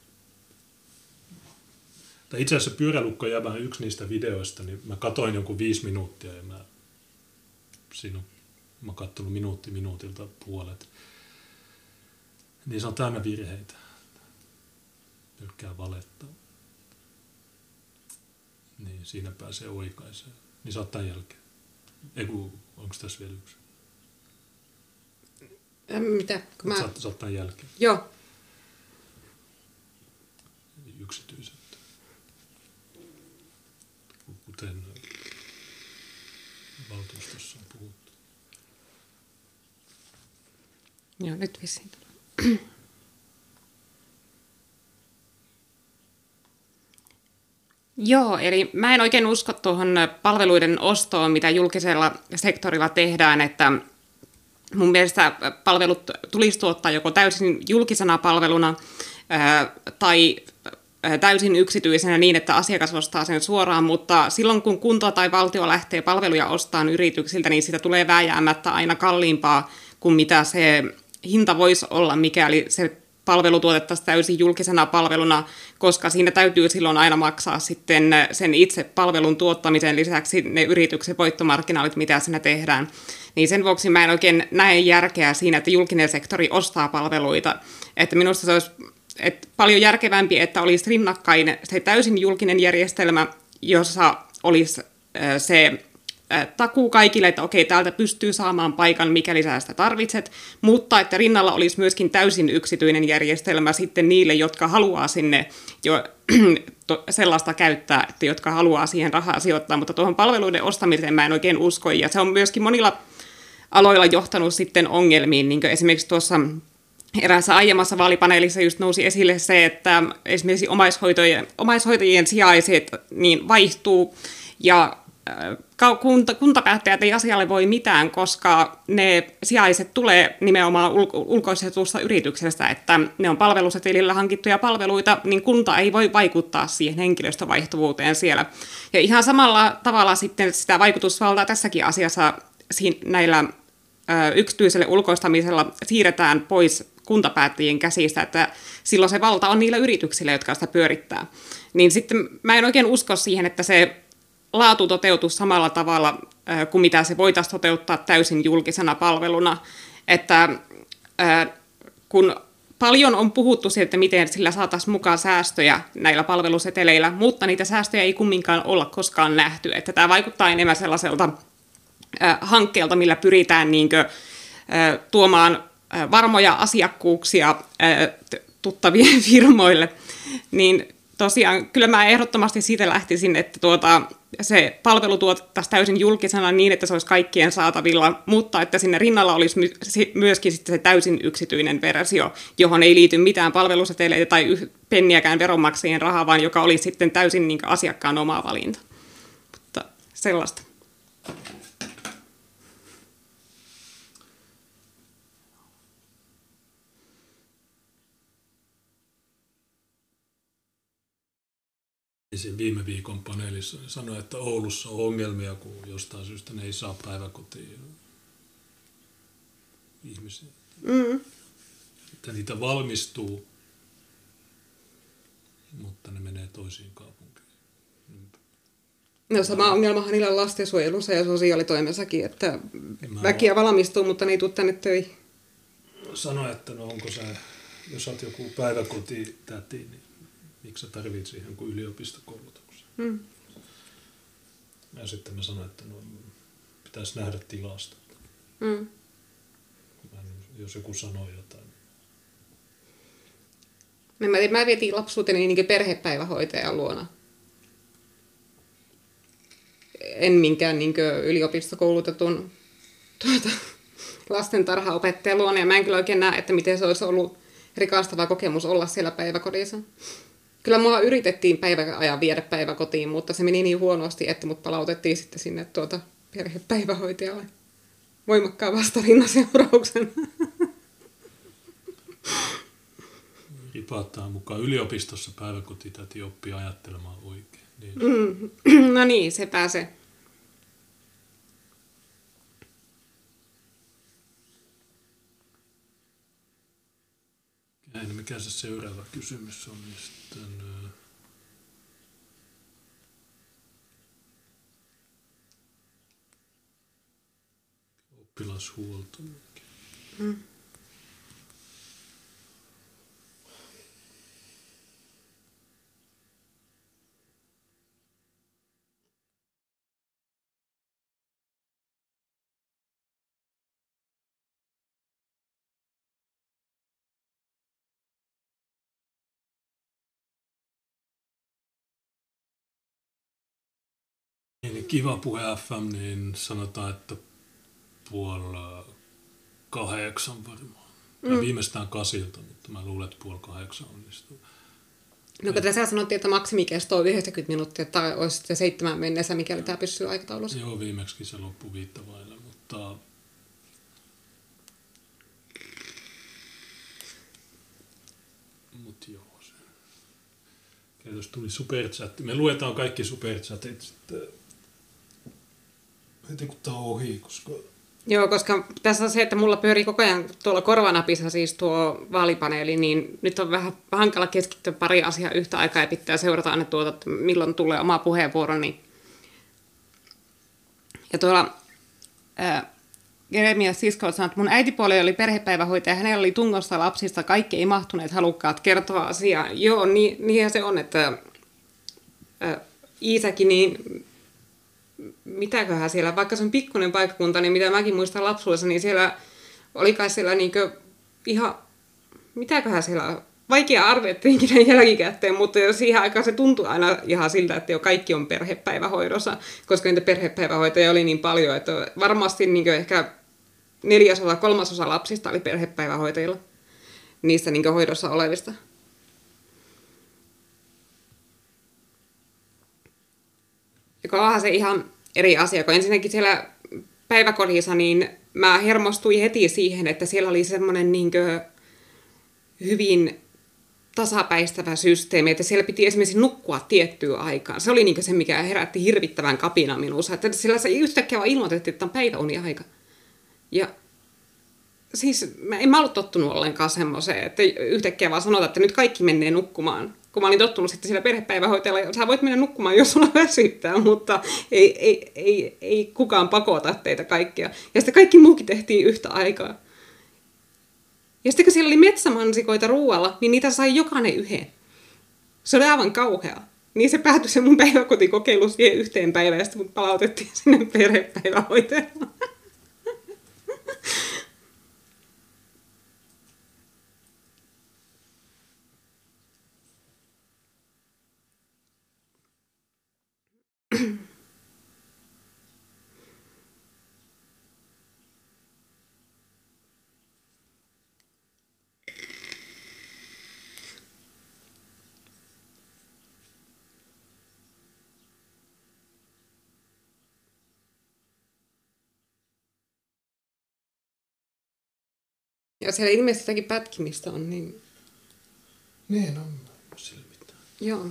Tai itse asiassa pyöräilukkajäbän yksi niistä videoista, niin mä katoin jonkun viisi minuuttia ja mä, siinä on, mä oon kattonut minuutti minuutilta puolet. Niin se on täynnä virheitä. Pelkkää valetta. Niin siinä pääsee oikaiseen. Niin sä oot tämän jälkeen. Eiku, onko tässä vielä yksi? Mitä? Mä... Sä, sä oot tämän jälkeen. Joo. Yksityiset. Kuten valtuustossa on puhuttu. Joo, nyt vissiin. Joo, eli mä en oikein usko tuohon palveluiden ostoon, mitä julkisella sektorilla tehdään, että mun mielestä palvelut tulisi tuottaa joko täysin julkisena palveluna ää, tai täysin yksityisenä niin, että asiakas ostaa sen suoraan, mutta silloin kun kunta tai valtio lähtee palveluja ostamaan yrityksiltä, niin sitä tulee vääjäämättä aina kalliimpaa kuin mitä se hinta voisi olla, mikäli se palvelu tuotettaisiin täysin julkisena palveluna, koska siinä täytyy silloin aina maksaa sitten sen itse palvelun tuottamisen lisäksi ne yrityksen voittomarkkinaalit, mitä siinä tehdään. Niin sen vuoksi mä en oikein näe järkeä siinä, että julkinen sektori ostaa palveluita. Että minusta se olisi että paljon järkevämpi, että olisi rinnakkain se täysin julkinen järjestelmä, jossa olisi se takuu kaikille, että okei, täältä pystyy saamaan paikan, mikäli sä sitä tarvitset, mutta että rinnalla olisi myöskin täysin yksityinen järjestelmä sitten niille, jotka haluaa sinne jo sellaista käyttää, että jotka haluaa siihen rahaa sijoittaa, mutta tuohon palveluiden ostamiseen mä en oikein usko, ja se on myöskin monilla aloilla johtanut sitten ongelmiin, niin kuin esimerkiksi tuossa eräässä aiemmassa vaalipaneelissa just nousi esille se, että esimerkiksi omaishoitajien, omaishoitajien sijaiset niin vaihtuu, ja kunta, kuntapäättäjät ei asialle voi mitään, koska ne sijaiset tulee nimenomaan ulko, ulkoistetusta yrityksestä, että ne on palvelusetelillä hankittuja palveluita, niin kunta ei voi vaikuttaa siihen henkilöstövaihtuvuuteen siellä. Ja ihan samalla tavalla sitten sitä vaikutusvaltaa tässäkin asiassa näillä ö, yksityiselle ulkoistamisella siirretään pois kuntapäättäjien käsistä, että silloin se valta on niillä yrityksillä, jotka sitä pyörittää. Niin sitten mä en oikein usko siihen, että se laatu toteutus samalla tavalla äh, kuin mitä se voitaisiin toteuttaa täysin julkisena palveluna. Että äh, kun paljon on puhuttu siitä, että miten sillä saataisiin mukaan säästöjä näillä palveluseteleillä, mutta niitä säästöjä ei kumminkaan olla koskaan nähty. Että tämä vaikuttaa enemmän sellaiselta äh, hankkeelta, millä pyritään niinkö, äh, tuomaan äh, varmoja asiakkuuksia äh, tuttavien firmoille. Niin tosiaan, kyllä mä ehdottomasti siitä lähtisin, että tuota, se palvelu tuotettaisiin täysin julkisena niin, että se olisi kaikkien saatavilla, mutta että sinne rinnalla olisi my- myöskin sitten se täysin yksityinen versio, johon ei liity mitään palveluseteleitä tai yh- penniäkään veronmaksajien rahaa, vaan joka olisi sitten täysin niin kuin asiakkaan oma valinta. Mutta sellaista. Siinä viime viikon paneelissa sanoi, että Oulussa on ongelmia, kun jostain syystä ne ei saa päiväkotiin ihmisiä. Mm. Että niitä valmistuu, mutta ne menee toisiin kaupunkeihin. No sama ongelmahan niillä on lastensuojelussa ja sosiaalitoimessakin, että väkiä valmistuu, mutta ne ei tule tänne töihin. Sano, että no onko se, jos olet joku päiväkotitäti, niin miksi sä tarvitset siihen kuin yliopistokoulutuksen? Hmm. Ja sitten mä sanoin, että no, pitäisi nähdä tilasta. Hmm. Jos joku sanoo jotain. No, mä, mä vietin lapsuuteni niin perhepäivähoitajan luona. En minkään niin yliopistokoulutetun tuota, lastentarhaopettajan luona. Ja mä en kyllä oikein näe, että miten se olisi ollut rikastava kokemus olla siellä päiväkodissa. Kyllä mua yritettiin päiväajan viedä päiväkotiin, mutta se meni niin huonosti, että mut palautettiin sitten sinne tuota perhepäivähoitajalle voimakkaan vastarinnan seurauksen. Ripaattaa mukaan yliopistossa päiväkotitäti oppii ajattelemaan oikein. Niin. Mm. No niin, se pääsee. Näin, mikä se seuraava kysymys on, niin sitten oppilashuolto. Mm. Niin Kiva Puhe F M, niin sanotaan, että puoli kahdeksan varmaan. Mm. Viimeistään kasilta, mutta mä luulen, että puoli kahdeksan onnistuu. No kun tässä sanottiin, että maksimikesto on yhdeksänkymmentä minuuttia, tai olisi sitten seitsemän mennessä, mikäli tämä pysyy aikataulussa. Joo, viimeksi se loppui viittä vaille, mutta mut joo. Se. Kiitos, tuli superchatti. Me luetaan kaikki superchatit sitten heti kun tämä on ohi, koska joo, koska tässä on se, että mulla pyörii koko ajan tuolla korvanapissa siis tuo vaalipaneeli, niin nyt on vähän hankala keskittyä pari asiaa yhtä aikaa ja pitää seurata aina tuota, että milloin tulee oma puheenvuoro. Niin. Ja tuolla ää, Jeremias Sisko sanoi, että mun äitipuoli oli perhepäivähoitaja, hänellä oli tungossa lapsista, kaikki ei mahtuneet halukkaat kertoa asiaa. Joo, niin, niinhän se on, että ää, Iisäkin niin mitäköhän siellä, vaikka se on pikkuinen paikkakunta, niin mitä mäkin muistan lapsuudessa, niin siellä oli kai siellä niinkö ihan, mitäköhän siellä, vaikea arvioida ikinä jälkikäteen, mutta siihen aikaan se tuntui aina ihan siltä, että jo kaikki on perhepäivähoidossa, koska niitä perhepäivähoitajia oli niin paljon, että varmasti niinkö ehkä neljäsosa, kolmasosa lapsista oli perhepäivähoitajilla niistä niinkö hoidossa olevista. Joka onhan se ihan eri asia, kun ensinnäkin siellä päiväkodissa niin mä hermostuin heti siihen, että siellä oli semmoinen niinkö hyvin tasapäistävä systeemi, että siellä piti esimerkiksi nukkua tiettyä aikaan. Se oli niinkö se, mikä herätti hirvittävän kapina minussa, että siellä se yhtäkkiä vaan ilmoitettiin, että on päiväuni-aika. Ja siis mä en mä ollut tottunut ollenkaan semmoiseen, että yhtäkkiä vaan sanotaan, että nyt kaikki menee nukkumaan. Kun mä olin tottunut sitten siellä perhepäivähoitajalla, sä voit mennä nukkumaan, jos sulla väsyttää, mutta ei, ei, ei, ei kukaan pakota teitä kaikkia. Ja sitten kaikki muukin tehtiin yhtä aikaa. Ja sitten kun siellä oli metsämansikoita ruualla, niin niitä sai jokainen yhden. Se oli aivan kauhea. Niin se päätyi se mun päiväkotikokeilu siihen yhteen päivään, ja sitten mut palautettiin sinne perhepäivähoitajalle. Ja siellä ilmeisesti jotakin pätkimistä on, niin Niin on, silmitään. joo.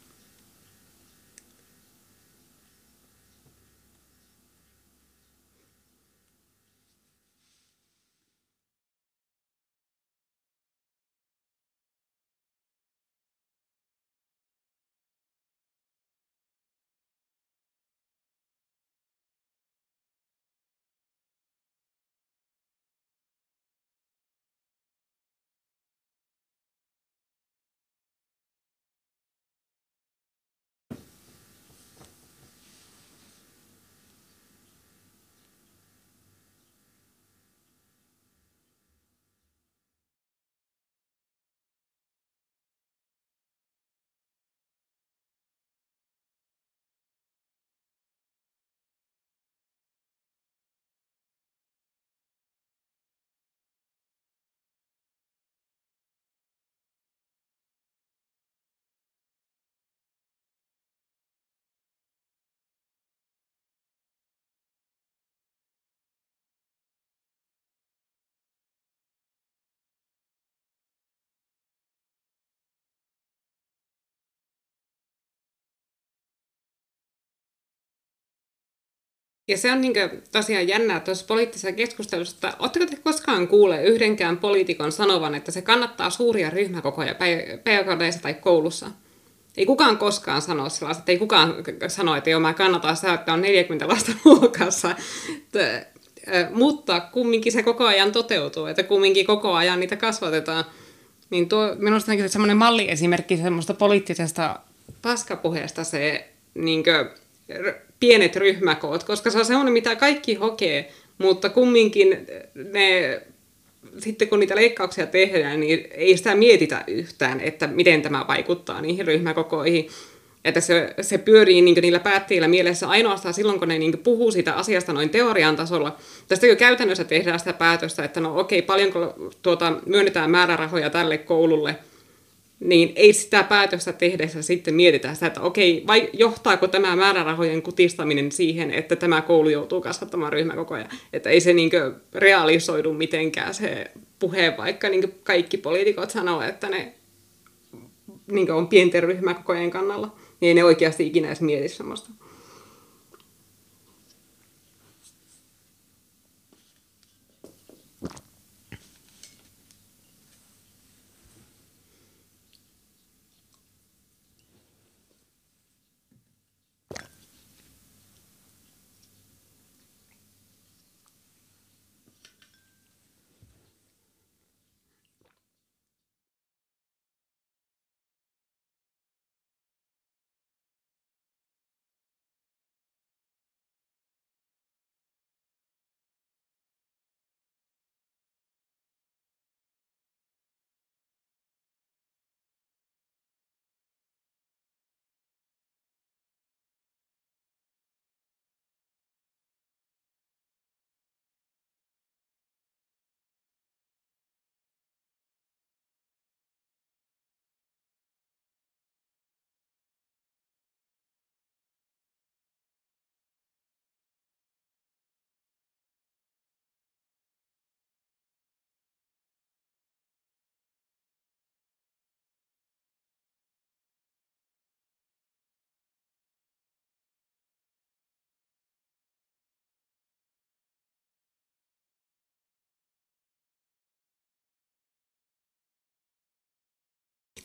Ja se on niin tosiaan jännää tuossa poliittisessa keskustelussa, että oletteko te koskaan kuule yhdenkään poliitikon sanovan, että se kannattaa suuria ryhmäkokoja päiväkodeissa tai koulussa? Ei kukaan koskaan sano sellaista, että ei kukaan sano, että joo, mä kannatan sitä, että on neljäkymmentä lasta luokassa. Mutta kumminkin se koko ajan toteutuu, että kumminkin koko ajan niitä kasvatetaan. Niin tuo minusta on semmoinen malliesimerkki semmoista poliittisesta paskapuheesta se niinkö pienet ryhmäkoot, koska se on semmoinen, mitä kaikki hokee, mutta kumminkin ne, sitten kun niitä leikkauksia tehdään, niin ei sitä mietitä yhtään, että miten tämä vaikuttaa niihin ryhmäkokoihin. Että se, se pyörii niin niillä päättäjillä mielessä ainoastaan silloin, kun ne niin puhuu siitä asiasta noin teorian tasolla. Tästä jo käytännössä tehdään sitä päätöstä, että no okei, paljonko tuota, myönnetään määrärahoja tälle koululle, niin ei sitä päätöstä tehdessä sitten mietitä sitä, että okei, vai johtaako tämä määrärahojen kutistaminen siihen, että tämä koulu joutuu kasvattamaan ryhmäkokoja. Että ei se niin realisoidu mitenkään se puhe, vaikka niin kaikki poliitikot sanoo, että ne niin on pienten ryhmäkokojen kannalla, niin ei ne oikeasti ikinä edes mieti semmoista.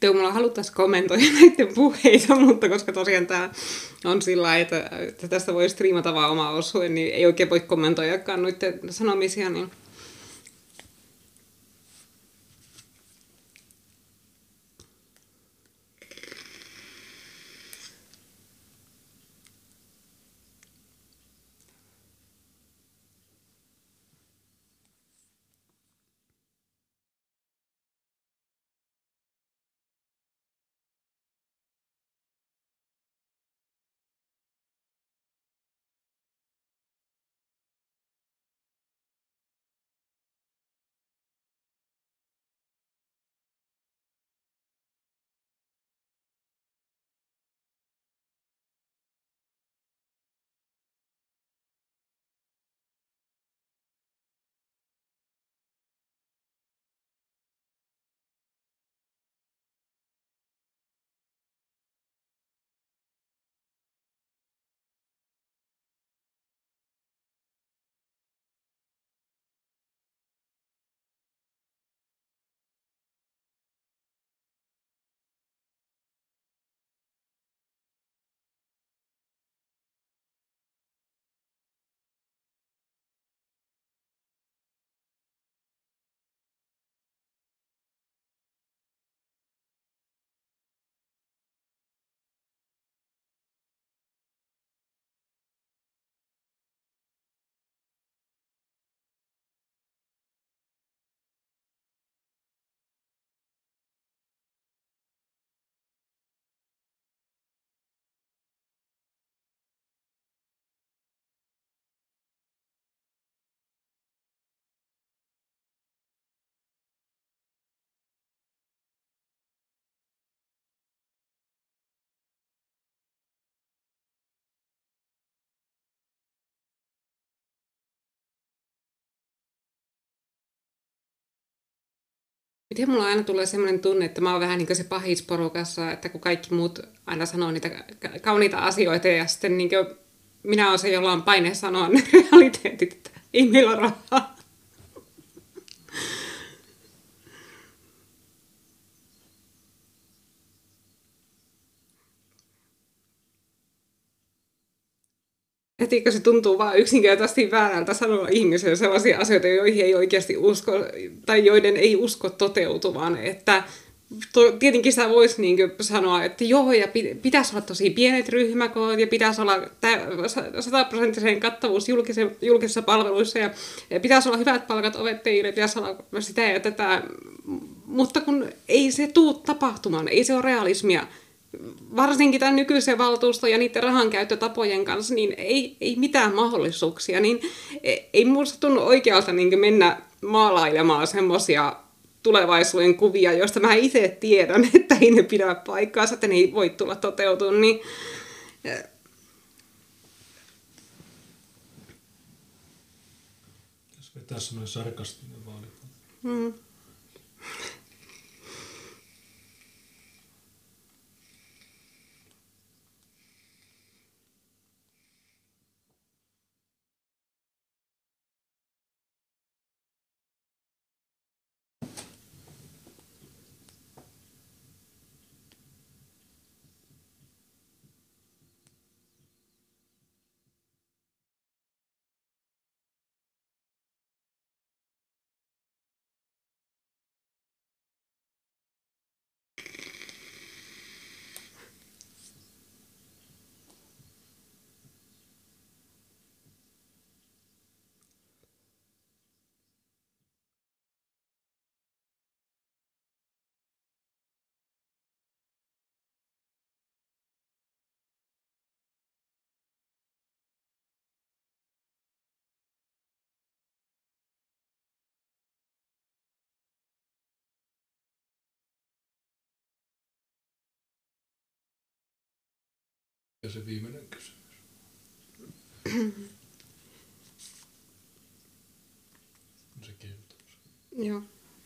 Joo, mulla haluttaisiin kommentoida näiden puheita, mutta koska tosiaan tämä on sillä lailla, että, että tästä voi striimata vaan oma osuuden, niin ei oikein voi kommentoidakaan noiden sanomisia, niin miten mulla aina tulee sellainen tunne, että mä oon vähän niin kuin se pahis porukassa, että kun kaikki muut aina sanoo niitä ka- kauniita asioita ja sitten niin kuin minä oon se, jolla on paine sanoa ne realiteetit, että ei meillä ole rahaa. Heti kun se tuntuu vaan yksinkertaisesti väärältä sanoa ihmiselle sellaisia asioita, joihin ei oikeasti usko, tai joiden ei usko toteutuvan, että to, tietenkin sitä voisi niin sanoa, että joo, ja pitäisi olla tosi pienet ryhmäkoot, ja pitäisi olla sataprosenttisen kattavuus julkisissa palveluissa, ja, ja pitäisi olla hyvät palkat opettajille, pitäisi olla sitä ja tätä, mutta kun ei se tule tapahtumaan, ei se ole realismia. Varsinkin tämän nykyisen valtuuston ja niiden rahankäyttötapojen kanssa, niin ei, ei mitään mahdollisuuksia. Niin ei minusta tunnu oikealta niin mennä maalailemaan semmoisia tulevaisuuden kuvia, joista mä itse tiedän, että ei ne pidä paikkaansa, että ne ei voi tulla toteutumaan. Niin jos vetää semmoinen sarkastinen vaali. hmm. Ja se viimeinen kysymys. Se kertoo. Joo.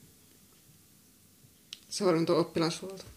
Se on tuo oppilashuolto.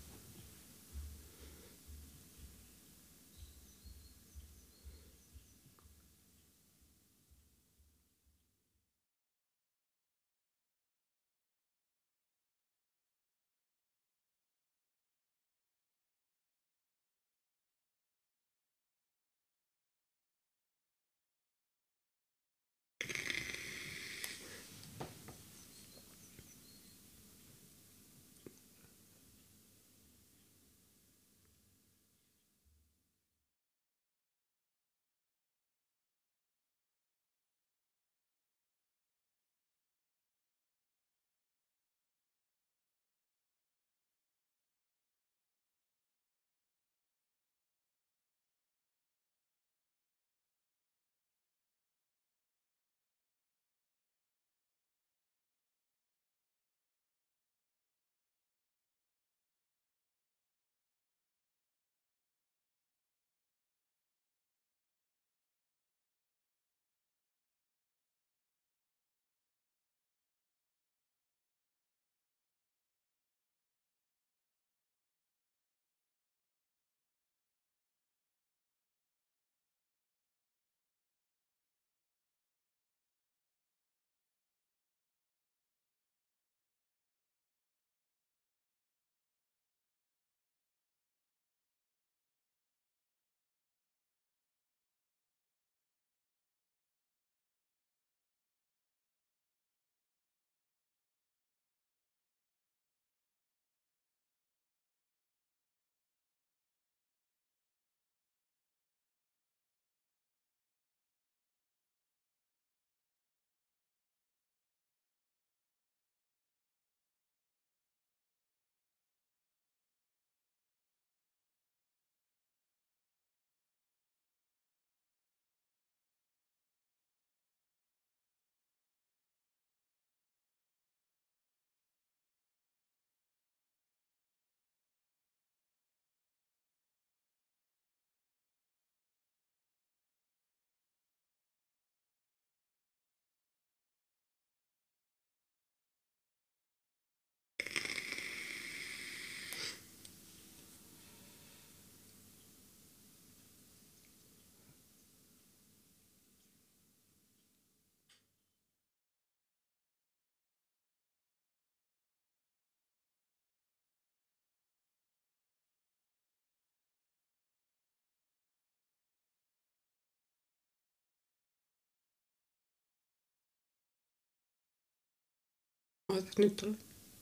Ootas, nyt tulee.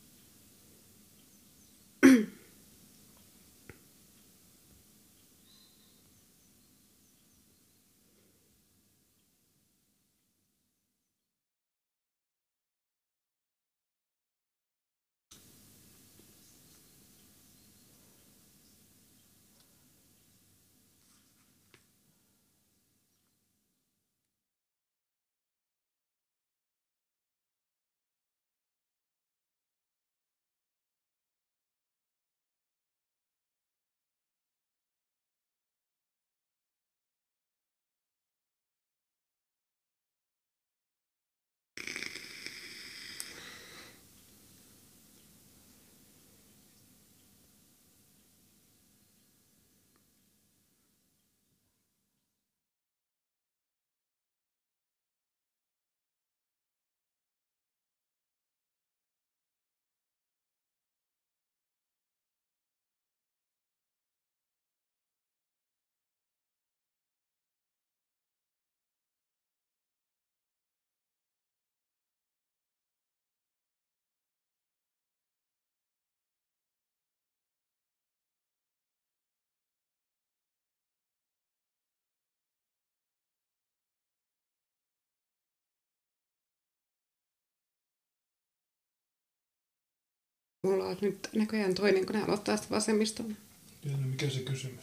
Mulla on nyt näköjään toinen, kun ne aloittaa sitä vasemmistoon. Ja no mikä se kysymys?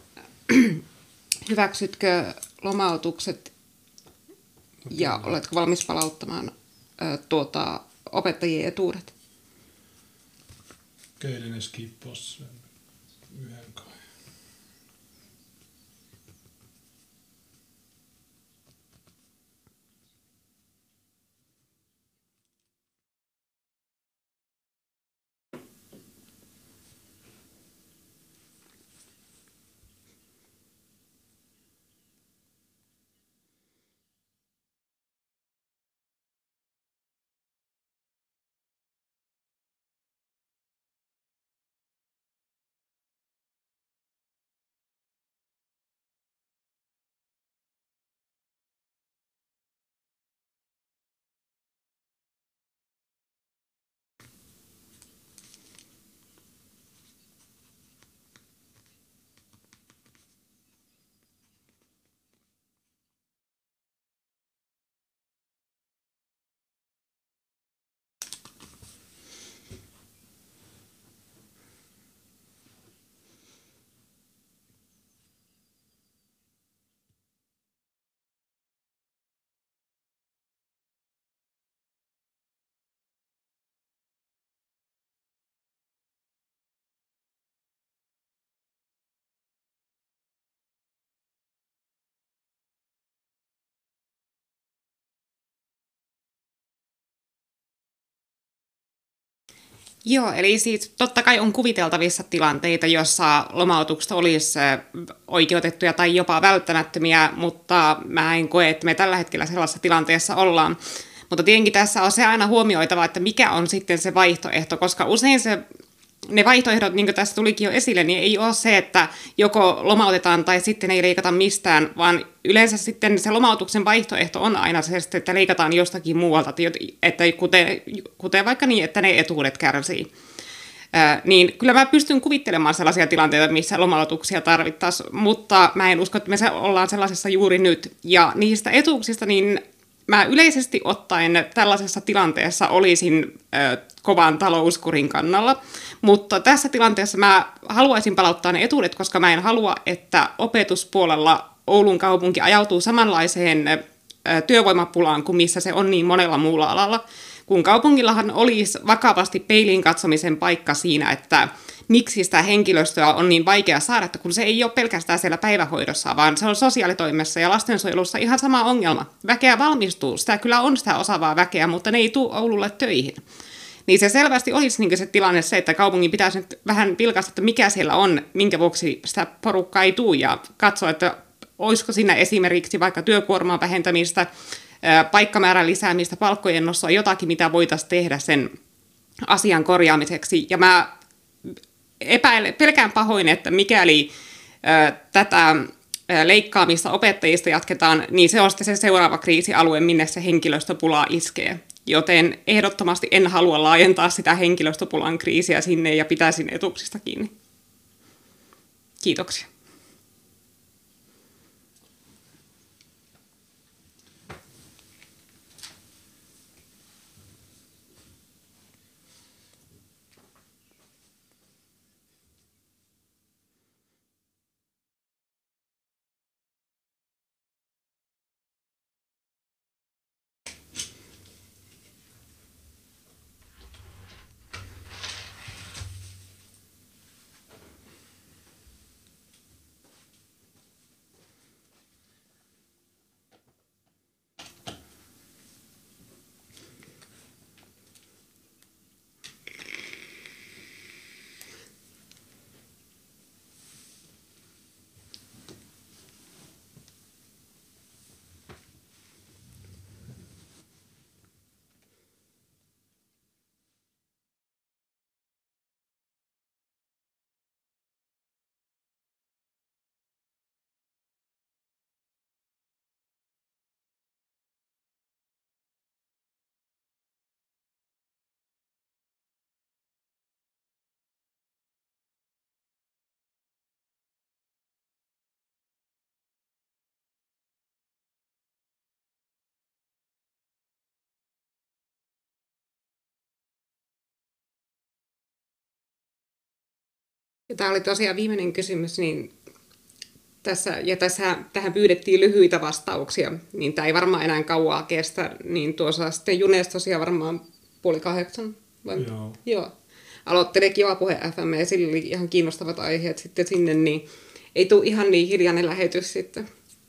Hyväksytkö lomautukset ja okay. Oletko valmis palauttamaan ö, tuota, opettajien etuudet? Keilinen skippasi sen yhden kai. Joo, eli siis totta kai on kuviteltavissa tilanteita, jossa lomautukset olisi oikeutettuja tai jopa välttämättömiä, mutta mä en koe, että me tällä hetkellä sellaisessa tilanteessa ollaan. Mutta tietenkin tässä on se aina huomioitava, että mikä on sitten se vaihtoehto, koska usein se, ne vaihtoehdot, niin kuin tässä tulikin jo esille, niin ei ole se, että joko lomautetaan tai sitten ei leikata mistään, vaan yleensä sitten se lomautuksen vaihtoehto on aina se, että leikataan jostakin muualta, että kuten, kuten vaikka niin, että ne etuudet kärsii. Ää, niin kyllä mä pystyn kuvittelemaan sellaisia tilanteita, missä lomautuksia tarvittaisiin, mutta mä en usko, että me ollaan sellaisessa juuri nyt. Ja niistä etuuksista, niin mä yleisesti ottaen tällaisessa tilanteessa olisin ö, kovan talouskurin kannalla, mutta tässä tilanteessa mä haluaisin palauttaa ne etuudet, koska mä en halua, että opetuspuolella Oulun kaupunki ajautuu samanlaiseen ö, työvoimapulaan kuin missä se on niin monella muulla alalla, kun kaupungillahan olisi vakavasti peiliin katsomisen paikka siinä, että miksi sitä henkilöstöä on niin vaikea saada, että kun se ei ole pelkästään siellä päivähoidossa, vaan se on sosiaalitoimessa ja lastensuojelussa ihan sama ongelma. Väkeä valmistuu, sitä kyllä on sitä osaavaa väkeä, mutta ne ei tule Oululle töihin. Niin se selvästi olisi niin se tilanne se, että kaupungin pitäisi nyt vähän vilkaista, että mikä siellä on, minkä vuoksi sitä porukkaa ei tule, ja katsoa, että olisiko siinä esimerkiksi vaikka työkuorman vähentämistä, paikkamäärän lisäämistä, palkkojen nostoa, jotakin, mitä voitaisiin tehdä sen asian korjaamiseksi. Ja mä epäilen, pelkään pahoin, että mikäli ö, tätä ö, leikkaamista opettajista jatketaan, niin se on sitten se seuraava kriisialue, minne se henkilöstöpula iskee. joten ehdottomasti en halua laajentaa sitä henkilöstöpulan kriisiä sinne ja pitäisin etuuksista kiinni. Kiitoksia. Ja tämä oli tosiaan viimeinen kysymys, niin tässä, ja tässä, tähän pyydettiin lyhyitä vastauksia, niin tämä ei varmaan enää kauaa kestä, niin tuossa sitten Junes tosiaan varmaan puoli kahdeksan. Vai? Joo. Joo. Aloittelee Kiva Puhe F M ja sillä oli ihan kiinnostavat aiheet sitten sinne, niin ei tule ihan niin hiljainen lähetys sitten.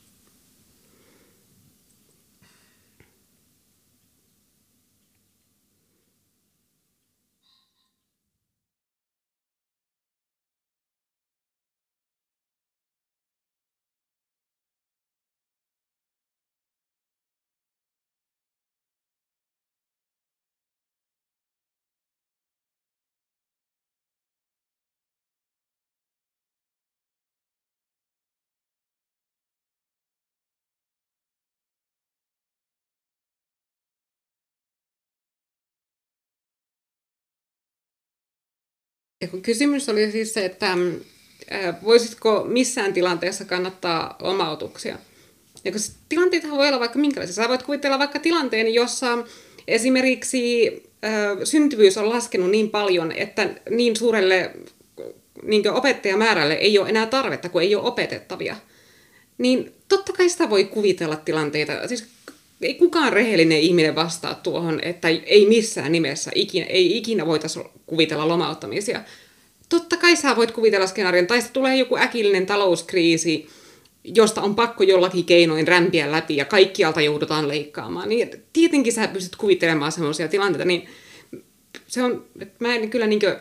Ja kun kysymys oli siis se, että voisitko missään tilanteessa kannattaa lomautuksia? Ja kun tilanteethan voi olla vaikka minkälaisia. Sä voit kuvitella vaikka tilanteen, jossa esimerkiksi ö, syntyvyys on laskenut niin paljon, että niin suurelle niin opettajamäärälle ei ole enää tarvetta, kun ei ole opetettavia. Niin totta kai sitä voi kuvitella tilanteita. Siis ei kukaan rehellinen ihminen vastaa tuohon, että ei missään nimessä, ikinä, ei ikinä voitaisiin kuvitella lomauttamisia. Totta kai sä voit kuvitella skenaarion, tai tulee joku äkillinen talouskriisi, josta on pakko jollakin keinoin rämpiä läpi ja kaikkialta joudutaan leikkaamaan. Niin tietenkin sä pystyt kuvittelemaan sellaisia tilanteita, niin se on, että mä en kyllä niinkö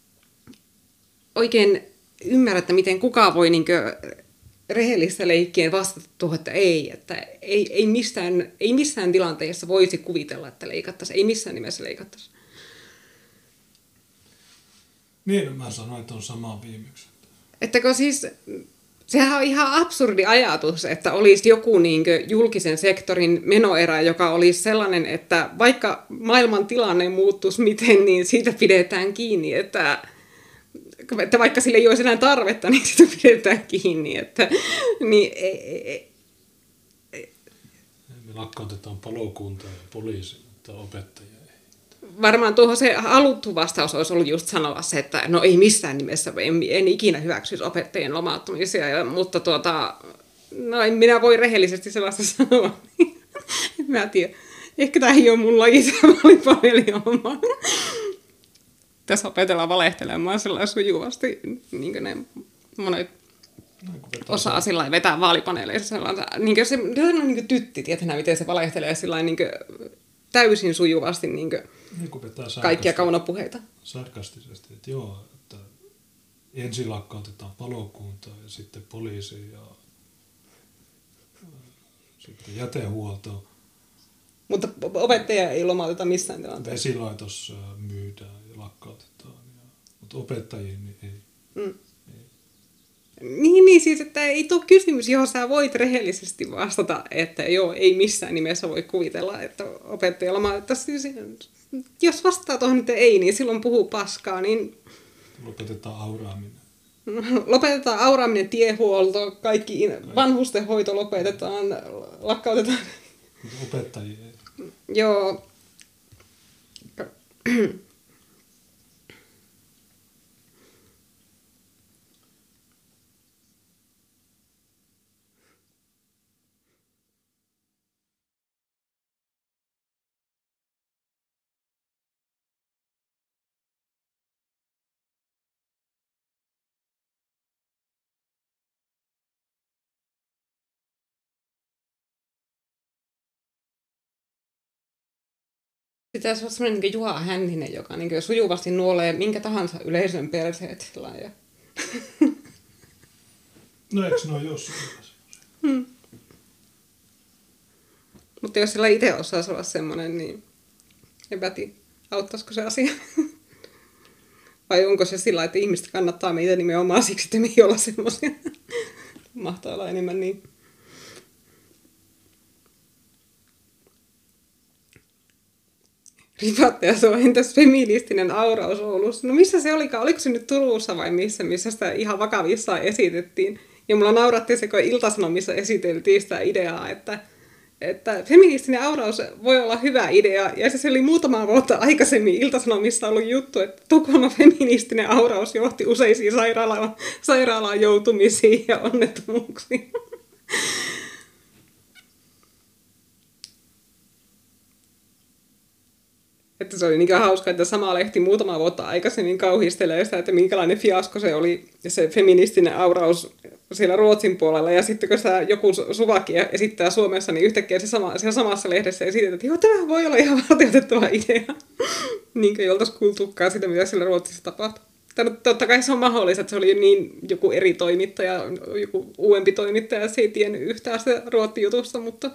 oikein ymmärrä, että miten kukaan voi niinkö rehellistä leikkien vastata tuohon, että ei, että ei, ei, missään, ei missään tilanteessa voisi kuvitella, että leikattaisiin, ei missään nimessä leikattaisiin. Niin, mä sanoin, että on sama viimeksi. Ettäkö siis, sehän on ihan absurdi ajatus, että olisi joku niinkö julkisen sektorin menoerä, joka olisi sellainen, että vaikka maailman tilanne muuttuisi miten, niin siitä pidetään kiinni, että että vaikka sille ei olisi enää tarvetta, niin sitä pidetään kiinni. Että, niin, ei, ei, ei. Me lakkautetaan palokuntaa ja poliisi, mutta opettajia ei. Varmaan tuohon se haluttu vastaus olisi ollut just sanoa se, että no ei missään nimessä, en, en ikinä hyväksyisi opettajien lomauttamisia, ja, mutta tuota, no en minä voi rehellisesti sellaista sanoa. Mä en tiedä. Ehkä tämä ei ole mun laji, se vaalipaneelihomma. Tässä opetellaan valehtelemaan sillä sujuvasti, niin kuin ne monet osaa sillä vetää vaalipaneeleissa. Niin kuin se, se on niin kuin tytti, tietenä, miten se valehtelee sillä niin kuin täysin sujuvasti niin kuin kaikkia kaunopuheita. Sarkastisesti, että joo, että ensin lakkautetaan palokuntaa ja sitten poliisi ja sitten jätehuolto. Mutta opettaja ei lomauteta missään tilanteessa. Vesilaitos myydään ja lakkautetaan, ja, mutta opettajiin niin ei. Mm. ei. Niin, niin siis, että ei tuo kysymys, johon sä voit rehellisesti vastata, että joo, ei missään nimessä voi kuvitella, että opettajalla mä, että siis, jos vastaa tuohon, että ei, niin silloin puhuu paskaa, niin lopetetaan auraaminen. Lopetetaan auraaminen, tiehuolto, kaikki vanhustenhoito lopetetaan, lakkautetaan. Opettajia. Joo. Pitäisi olla sellainen niin Juha Hänninen, joka niin sujuvasti nuolee minkä tahansa yleisön perseet sillä ja... No eikö ne ole jossain? Hmm. Mutta jos sillä itse osaisi olla semmoinen, niin en tiedä, auttaisiko se asia? Vai onko se sillä, että ihmiset kannattaa meitä nimenomaan siksi, että me ei olla semmoisia? Mahtaa olla enemmän niin. Ripattaja se on entäs feministinen auraus Oulussa. No missä se olikaan? Oliko se nyt Turussa vai missä, missä sitä ihan vakavissaan esitettiin? Ja mulla nauratti se, kun Ilta-Sanomissa esiteltiin sitä ideaa, että, että feministinen auraus voi olla hyvä idea. Ja se oli muutama vuotta aikaisemmin Ilta-Sanomissa ollut juttu, että Tukholman feministinen auraus johti useisiin sairaalaan, sairaalaan joutumisiin ja onnettomuuksiin. Että se oli niin hauska, että sama lehti muutama vuotta aikaisemmin kauhistelee sitä, että minkälainen fiasko se oli se feministinen auraus siellä Ruotsin puolella. Ja sitten kun sitä joku suvakki esittää Suomessa, niin yhtäkkiä se sama, siellä samassa lehdessä esitetään, että joo, tämä voi olla ihan varteutettava idea. Niin kuin ei oltaisi kuultukaan sitä, mitä siellä Ruotsissa tapahtui. Totta kai se on mahdollista, että se oli niin joku eri toimittaja, joku uudempi toimittaja, se ei tiennyt yhtään sitä Ruotti-jutusta, mutta...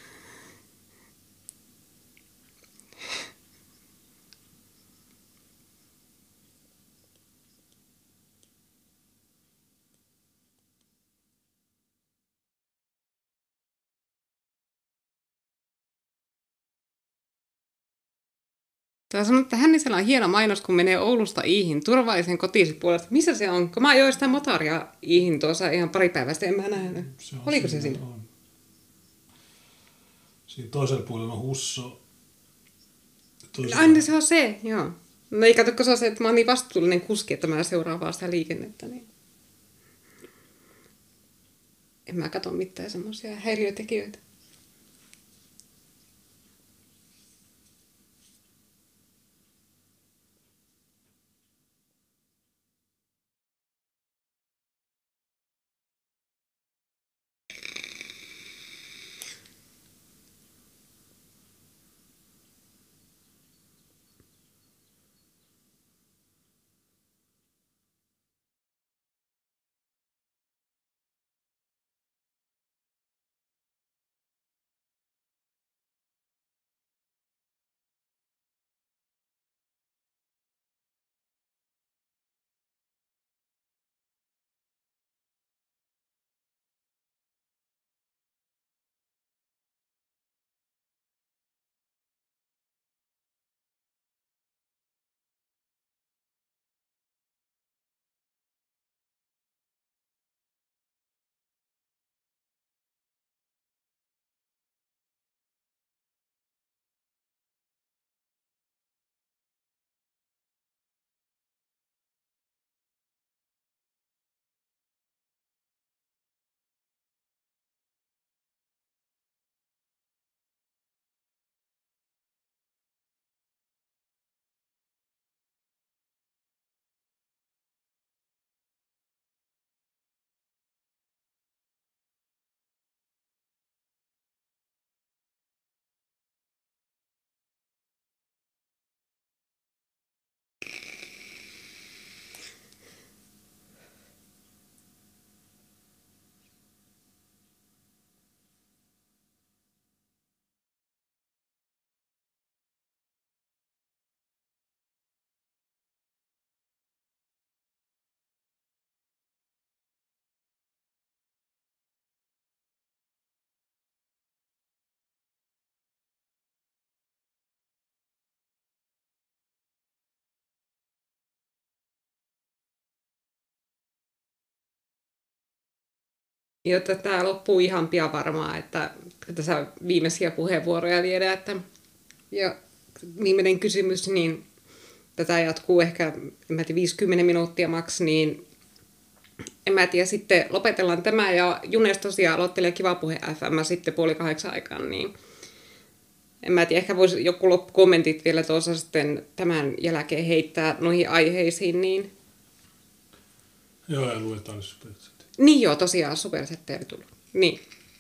Tämä sanoo, että Hännisellä on hieno mainos, kun menee Oulusta Iihin, turvallisen kotisi puolesta. Missä se on? Kun mä ajoin sitä motoria Iihin tuossa ihan pari päivää sitten, en mä nähnyt. Se Oliko se siinä? On. Siinä toisella puolella on Husso. Aina se on se, joo. No ei kato, kun se on se, että mä oon niin vastuullinen kuski, että mä seuraan vaan sitä liikennettä. Niin... En mä katso mitään semmoisia häiriötekijöitä. Jotta tämä loppuu ihan pian varmaan, että tässä viimeisiä puheenvuoroja viedään. Että, ja viimeinen kysymys, niin tätä jatkuu ehkä en mä tiedä, viisikymmentä minuuttia maks, niin en mä tiedä, sitten lopetellaan tämä ja Junes tosiaan aloittelee Kiva Puhe F M sitten puoli kahdeksan aikaan, niin en mä tiedä, ehkä voisi joku loppukommentit vielä tuossa sitten tämän jälkeen heittää noihin aiheisiin, niin... Joo, ja luetaan superchat. Niin joo, tosiaan superchatteja tullut. Niin.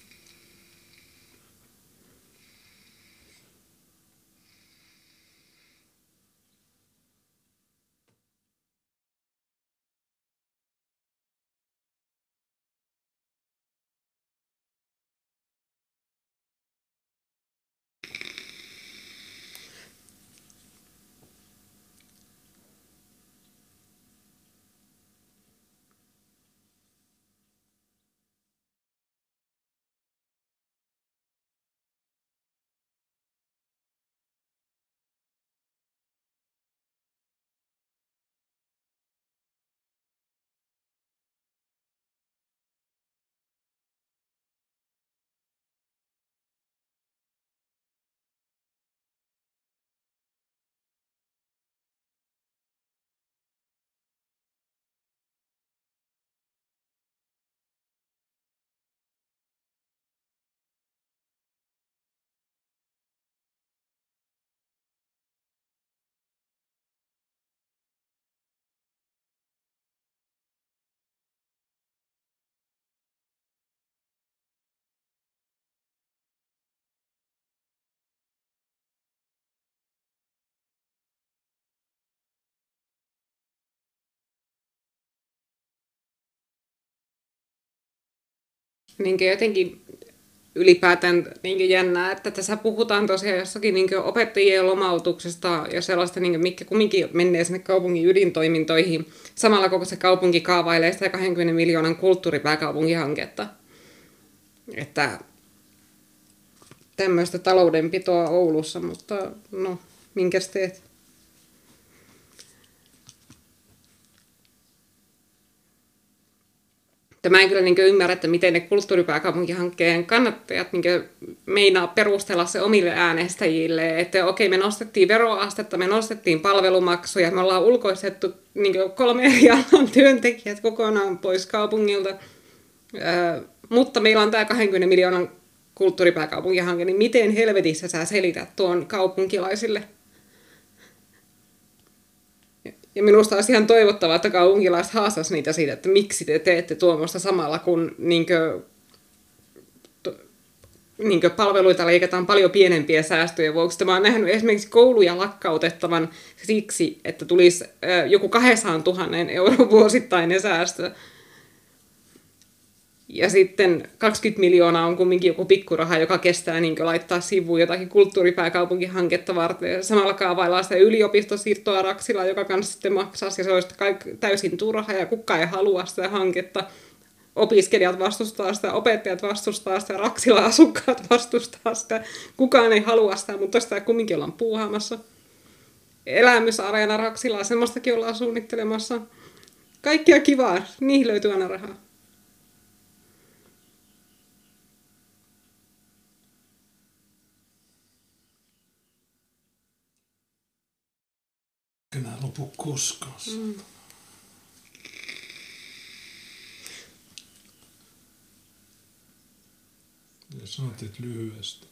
Niin jotenkin ylipäätään niin jännää, että tässä puhutaan tosiaan jossakin niin opettajien lomautuksesta ja sellaista, niin mikä kumminkin menee sinne kaupungin ydintoimintoihin. Samalla koko se kaupunki kaavailee sitä kaksikymmentä miljoonan kulttuuripääkaupunkihanketta. Että tämmöistä taloudenpitoa Oulussa, mutta no, minkäs teet? Mä en kyllä niin ymmärrä, että miten ne kulttuuripääkaupunkihankkeen kannattajat niin meinaa perustella se omille äänestäjille, että okei, me nostettiin veroastetta, me nostettiin palvelumaksuja, me ollaan ulkoistettu niin kolme eri alan työntekijät kokonaan pois kaupungilta, Öö, mutta meillä on tämä kaksikymmentä miljoonan kulttuuripääkaupunkihanke, niin miten helvetissä sä selität tuon kaupunkilaisille? Ja minusta olisi ihan toivottavaa, että kaupunkilaiset haastaisi niitä siitä, että miksi te teette tuommoista samalla, kun niinkö, to, niinkö palveluita leikataan paljon pienempiä säästöjä vuoksi. Mä oon nähnyt esimerkiksi kouluja lakkautettavan siksi, että tulisi äh, joku kahdeksantuhatta euron vuosittainen säästö. Ja sitten kaksikymmentä miljoonaa on kumminkin joku pikkuraha, joka kestää niin laittaa sivuun jotakin kulttuuripääkaupunkihanketta varten. Samalla kaavaillaan sitä yliopistosiirtoa Raksila, joka kanssa sitten maksaa, ja se olisi täysin turha, ja kukaan ei halua sitä hanketta. Opiskelijat vastustaa sitä, opettajat vastustaa sitä, Raksila-asukkaat vastustaa sitä. Kukaan ei halua sitä, mutta sitä kumminkin ollaan puuhaamassa. Elämysareena Raksilaa, semmoistakin ollaan suunnittelemassa. Kaikkia kivaa, niihin löytyy aina rahaa. Enää lopu koskaan. Mm. Ja sanoit, että lyhyesti.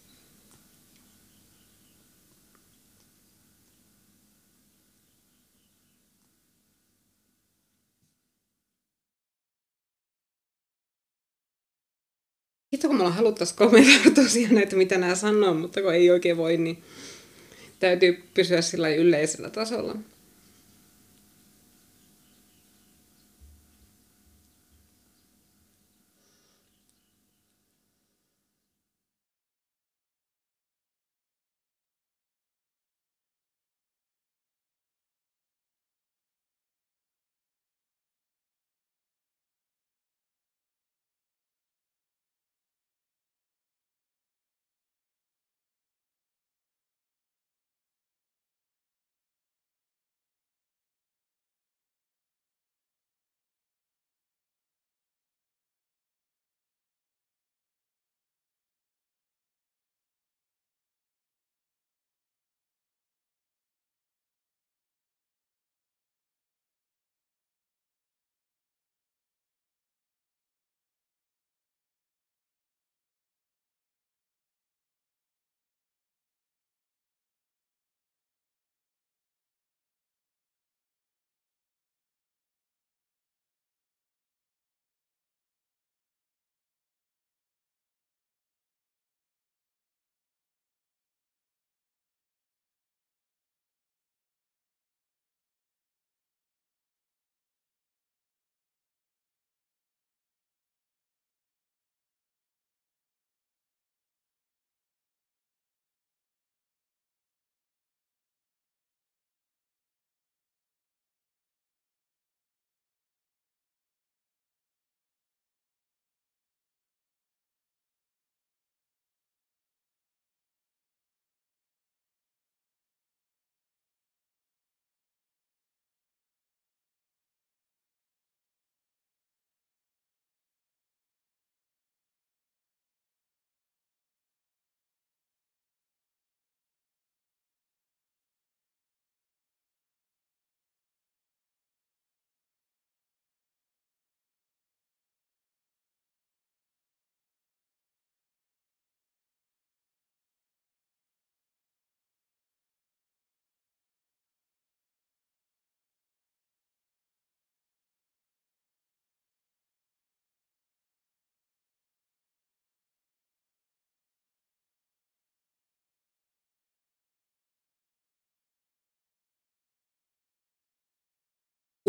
Hitto, kun mulla haluttaisiin kommentoida tosiaan näitä, mitä nämä sanoo, mutta kun ei oikein voi, niin täytyy pysyä sillä yleisellä tasolla.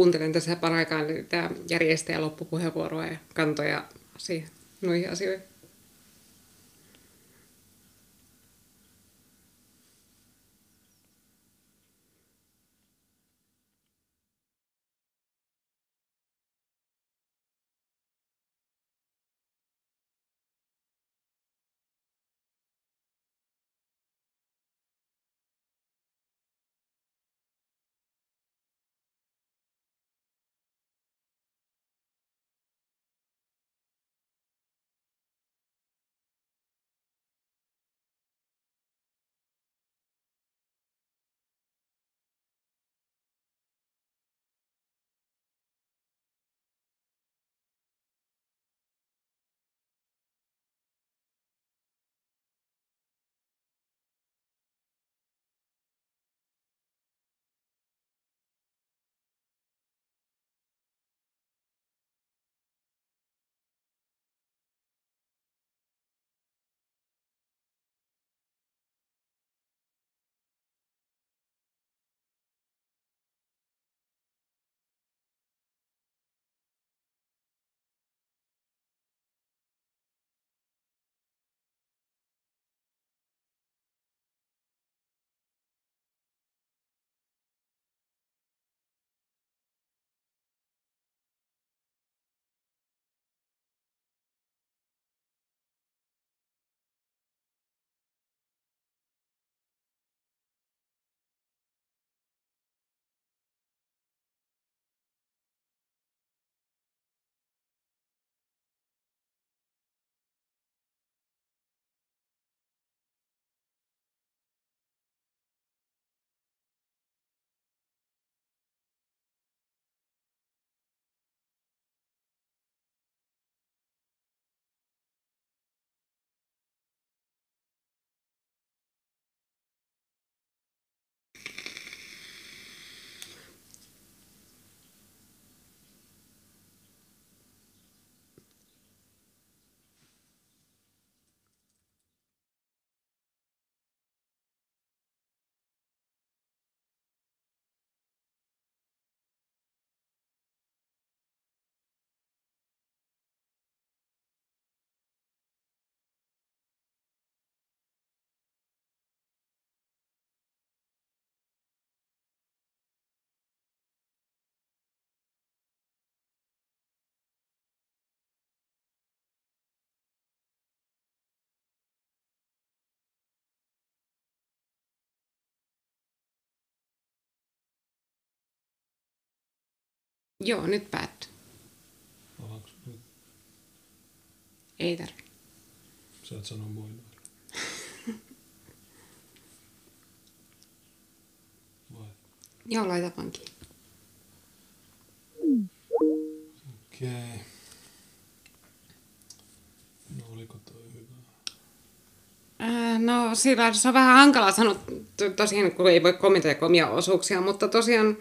kuuntelen tässä paraikaan tämä järjestäjä loppupuheenvuoroa ja kantoja siihen, noihin asioihin. Joo, nyt päättyy. Alaanko nyt? Ei tarvitse. Sä et sano moi. Vai? Joo, laita pankiin. Okei. Okay. No oliko toi hyvä? Ää, no sillä se on vähän hankala sanoa tosiaan, kun ei voi kommentoida omia osuuksia, mutta tosiaan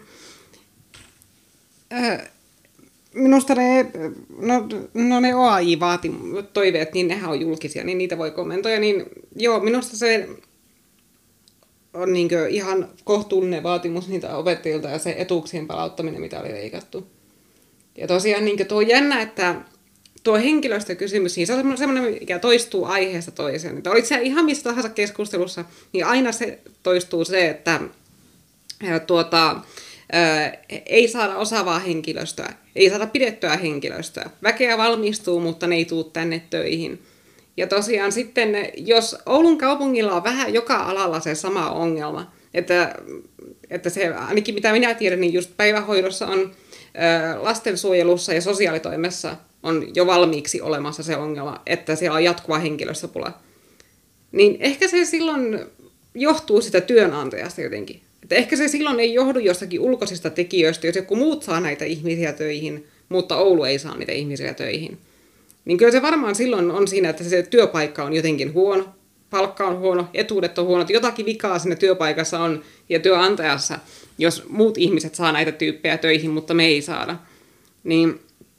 ää, minusta ne, no, no ne O A I-toiveet, niin nehän on julkisia, niin niitä voi kommentoida. Niin joo, minusta se on niin ihan kohtuullinen vaatimus niitä opettajilta ja se etuuksien palauttaminen, mitä oli leikattu. Ja tosiaan niin tuo on jännä, että tuo henkilöstökysymys, niin se on semmoinen, mikä toistuu aiheesta toiseen. Että olit siellä ihan missä tahansa keskustelussa, niin aina se toistuu se, että tuota, ää, ei saada osaavaa henkilöstöä, ei saada pidettyä henkilöstöä. Väkeä valmistuu, mutta ne ei tule tänne töihin. Ja tosiaan sitten, jos Oulun kaupungilla on vähän joka alalla se sama ongelma, että, että se ainakin mitä minä tiedän, niin just päivähoidossa on ää, lastensuojelussa ja sosiaalitoimessa on jo valmiiksi olemassa se ongelma, että siellä on jatkuva henkilöstöpula. Niin ehkä se silloin johtuu sitä työnantajasta jotenkin. Että ehkä se silloin ei johdu jostakin ulkoisista tekijöistä, jos joku muut saa näitä ihmisiä töihin, mutta Oulu ei saa niitä ihmisiä töihin. Niin kyllä se varmaan silloin on siinä, että se työpaikka on jotenkin huono, palkka on huono, etuudet on huonot, jotakin vikaa siinä työpaikassa on ja työnantajassa, jos muut ihmiset saa näitä tyyppejä töihin, mutta me ei saada. Niin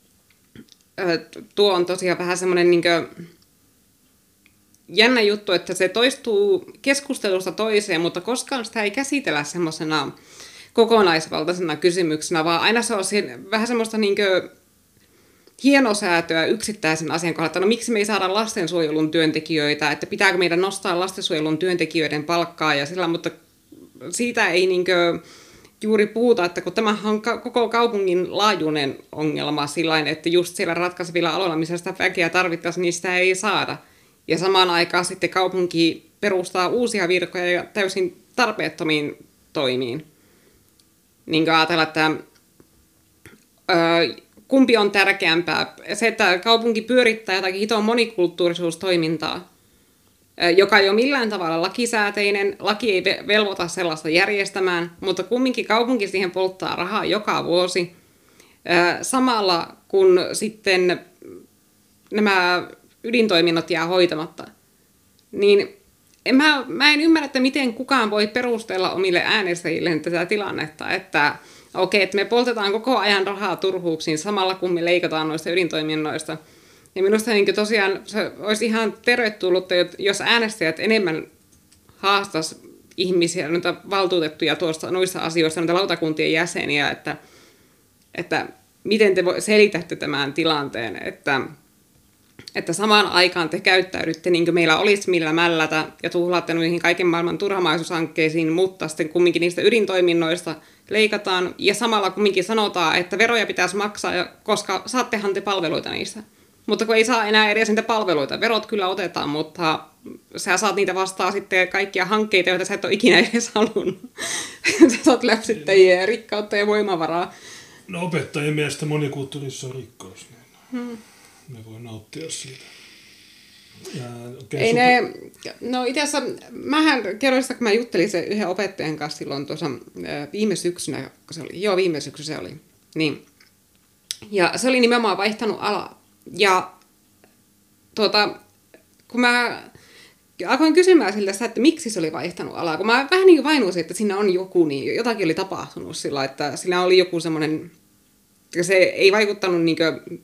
tuo on tosiaan vähän semmoinen niin kuin jännä juttu, että se toistuu keskustelusta toiseen, mutta koskaan sitä ei käsitellä semmoisena kokonaisvaltaisena kysymyksenä, vaan aina se on vähän semmoista niin kuin hienosäätöä yksittäisen asian kohdalla, että no miksi me ei saada lastensuojelun työntekijöitä, että pitääkö meidän nostaa lastensuojelun työntekijöiden palkkaa ja sillä, mutta siitä ei niin kuin juuri puhuta, että kun tämä on koko kaupungin laajuinen ongelma sillain, että just siellä ratkaisevilla aloilla, missä sitä väkeä tarvittaisiin, niin sitä ei saada. Ja samaan aikaan sitten kaupunki perustaa uusia virkoja ja täysin tarpeettomiin toimiin. Niin kuin ajatella, että ö, kumpi on tärkeämpää? Se, että kaupunki pyörittää jotakin hiton monikulttuurisuustoimintaa, joka ei ole millään tavalla lakisääteinen, laki ei velvoita sellaista järjestämään, mutta kumminkin kaupunki siihen polttaa rahaa joka vuosi. Samalla kun sitten nämä ydintoiminnot jää hoitamatta, niin en mä, mä en ymmärrä, että miten kukaan voi perustella omille äänestäjilleen tätä tilannetta, että okei, okay, että me poltetaan koko ajan rahaa turhuuksiin samalla kun me leikataan noista ydintoiminnoista. Ja minusta niin tosiaan se olisi ihan tervetullutta, jos äänestäjät enemmän haastaisi ihmisiä, noita valtuutettuja tuosta, noista asioista, noita lautakuntien jäseniä, että, että miten te selitätte tämän tilanteen, että, että samaan aikaan te käyttäydytte niin kuin meillä olisi millä mällätä ja tuhlaatte noihin kaiken maailman turhamaisuushankkeisiin, mutta sitten kumminkin niistä ydintoiminnoista leikataan ja samalla kumminkin sanotaan, että veroja pitäisi maksaa, koska saattehan te palveluita niistä. Mutta kun ei saa enää edes niitä palveluita. Verot kyllä otetaan, mutta sä saat niitä vastaan sitten kaikkia hankkeita, joita sä et ole ikinä edes halunnut. Sä saat läpsyttäjiä ja rikkautta ja voimavaraa. No opettajien mielestä monikulttuurissa on rikkaus. Niin hmm. Ne voi nauttia siitä. Ja, okay, ei ne, no itse asiassa, mähän kerroin sitä, kun mä juttelin sen yhden opettajan kanssa silloin tuossa viime syksynä, kun se oli, joo viime syksy se oli, niin. Ja se oli nimenomaan vaihtanut alaa. Ja tuota, kun mä alkoin kysymään siltä sitä, että miksi se oli vaihtanut alaa, kun mä vähän niin kuin vainuisin, että siinä on joku, niin jotakin oli tapahtunut sillä, että sillä oli joku semmoinen, se ei vaikuttanut niin kuin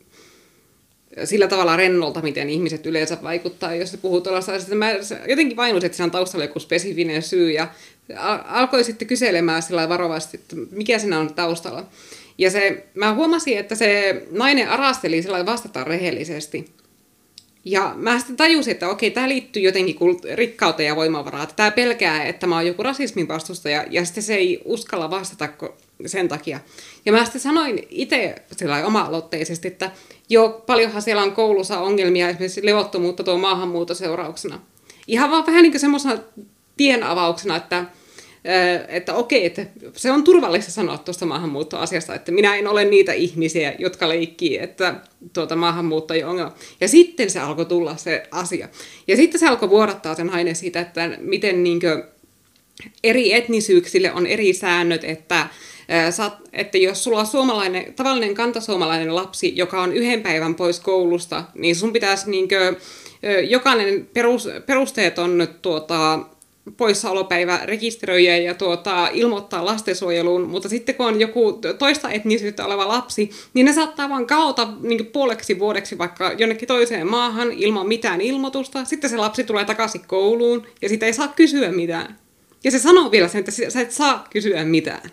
sillä tavalla rennolta, miten ihmiset yleensä vaikuttaa, jos se puhuu tuollaista asiasta. Mä jotenkin vainuisin, että siinä on taustalla joku spesifinen syy, ja alkoi sitten kyselemään sillä varovasti, että mikä siinä on taustalla. Ja se, mä huomasin, että se nainen arasteli sillä vastata rehellisesti. Ja mä sitten tajusin, että okei, tämä liittyy jotenkin rikkauteen ja voimavaraan. Tämä pelkää, että mä oon joku rasismin vastustaja, ja sitten se ei uskalla vastata sen takia. Ja mä sitten sanoin itse sillä oma-aloitteisesti, että joo, paljonhan siellä on koulussa ongelmia, esimerkiksi levottomuutta tuon maahanmuuton seurauksena. Ihan vaan vähän niin kuin semmoisena tienavauksena, että että okei, että se on turvallista sanoa tuosta maahanmuuttoasiasta, että minä en ole niitä ihmisiä, jotka leikkii, että tuota maahanmuutto ei ongelma. Ja sitten se alkoi tulla se asia. Ja sitten se alkoi vuodattaa sen nainen siitä, että miten niinkö eri etnisyyksille on eri säännöt, että, että jos sulla on suomalainen, tavallinen kantasuomalainen lapsi, joka on yhden päivän pois koulusta, niin sun pitäisi niinkö jokainen perus, perusteeton tuota, poissaolopäivä rekisteröiä ja tuota, ilmoittaa lastensuojeluun, mutta sitten kun on joku toista etnisyyttä oleva lapsi, niin ne saattaa vaan kaota niin puoleksi vuodeksi vaikka jonnekin toiseen maahan ilman mitään ilmoitusta. Sitten se lapsi tulee takaisin kouluun ja sitä ei saa kysyä mitään. Ja se sanoo vielä sen, että sä et saa kysyä mitään.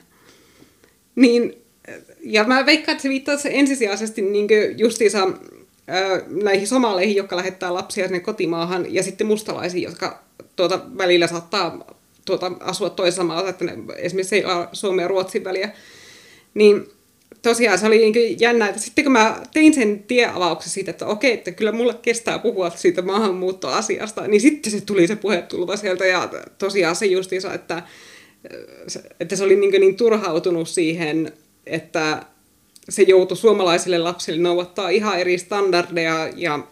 Niin, ja mä veikkaan, että se viittaa se ensisijaisesti niin justiinsa näihin somaleihin, jotka lähettää lapsia sinne kotimaahan, ja sitten mustalaisiin, jotka tuota, välillä saattaa tuota, asua toisessa maassa, että ne, esimerkiksi ei ole Suomen ja Ruotsin väliä. Niin tosiaan se oli niin jännä, että sitten kun mä tein sen tieavauksen siitä, että okei, että kyllä mulle kestää puhua siitä maahanmuuttoasiasta, niin sitten se tuli se puhetulva sieltä, ja tosiaan se justiinsa, että, että se oli niin, niin turhautunut siihen, että se joutui suomalaisille lapsille noudattaa ihan eri standardeja, ja,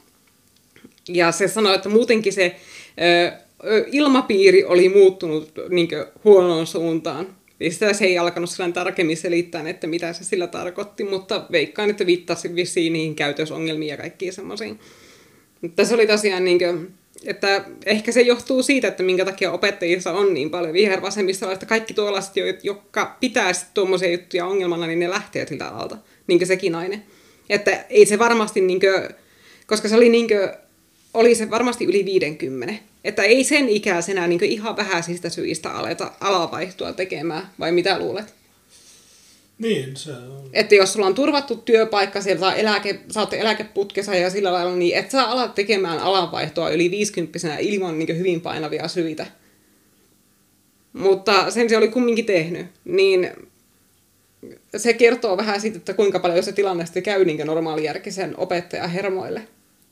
ja se sanoi, että muutenkin se ö, ilmapiiri oli muuttunut niin kuin huonoon suuntaan. Ja sitä se ei alkanut sellainen tarkemmin selittää, että mitä se sillä tarkoitti, mutta veikkaan, että viittasi vissiin niihin käytösongelmiin ja kaikkiin semmoisiin. Mutta se oli tosiaan, niin kuin, että ehkä se johtuu siitä, että minkä takia opettajissa on niin paljon vihervasemmistolaista. Kaikki tuollaiset, jotka pitää sitten tuommoisia juttuja ongelmana, niin ne lähtee siltä alalta, niin kuin sekin nainen. Että ei se varmasti, niin kuin, koska se oli, niin kuin, oli se varmasti yli viidenkymmenen. Että ei sen ikäisenä niin ihan vähäisistä syistä aleta alavaihtoa tekemään, vai mitä luulet? Niin, se on. Että jos sulla on turvattu työpaikka, sieltä eläke, sä oot eläkeputkessa ja sillä lailla, niin et sä ala tekemään alanvaihtoa yli viisikymppisenä ilman niin hyvin painavia syitä. Mutta sen se oli kumminkin tehnyt, niin se kertoo vähän siitä, että kuinka paljon se tilanne sitten käy niin normaalijärkisen opettajan hermoille.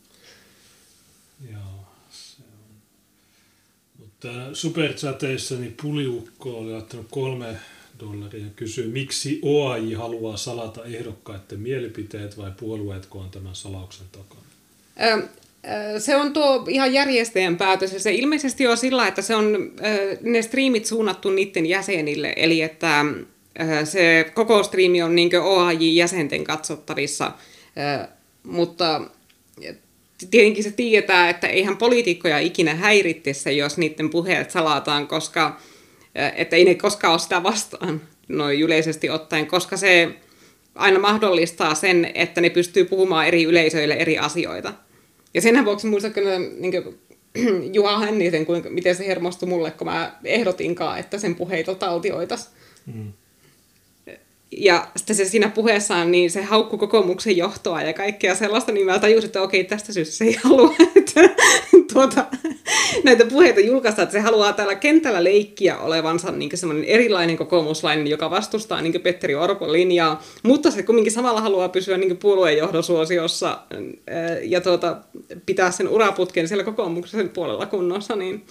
Joo, se on. Mutta superchateissa niin Puliukko oli ottanut kolme dollaria ja kysyy, miksi O A J haluaa salata ehdokkaiden mielipiteet vai puolueetko on tämän salauksen takana? Ö, Se on tuo ihan järjestäjän päätös, ja se ilmeisesti on sillä, että se on ne striimit suunnattu niiden jäsenille, eli että se koko striimi on niin kuin O A J-jäsenten katsottavissa, mutta tietenkin se tiedetään, että eihän poliitikkoja ikinä häiritte se, jos niiden puheet salataan, koska että ei ne koskaan ole sitä vastaan, noin yleisesti ottaen, koska se aina mahdollistaa sen, että ne pystyy puhumaan eri yleisöille eri asioita. Ja senhän vuoksi muistatko niin Juha Hännisen, kuinka, miten se hermostui mulle, kun mä ehdotinkaan, että sen puheita taltioitaisiin. Mm. Ja sitten se siinä puheessaan, niin se haukkui kokoomuksen johtoa ja kaikkea sellaista, niin mä tajusin, että okei, tästä syystä se ei halua, että tuota, näitä puheita julkaista, että se haluaa täällä kentällä leikkiä olevansa niin semmoinen erilainen kokoomuslainen, joka vastustaa niin Petteri Orpon linjaa, mutta se kumminkin samalla haluaa pysyä niin puoluejohdon suosiossa ja tuota, pitää sen uraputken siellä kokoomuksen puolella kunnossa, niin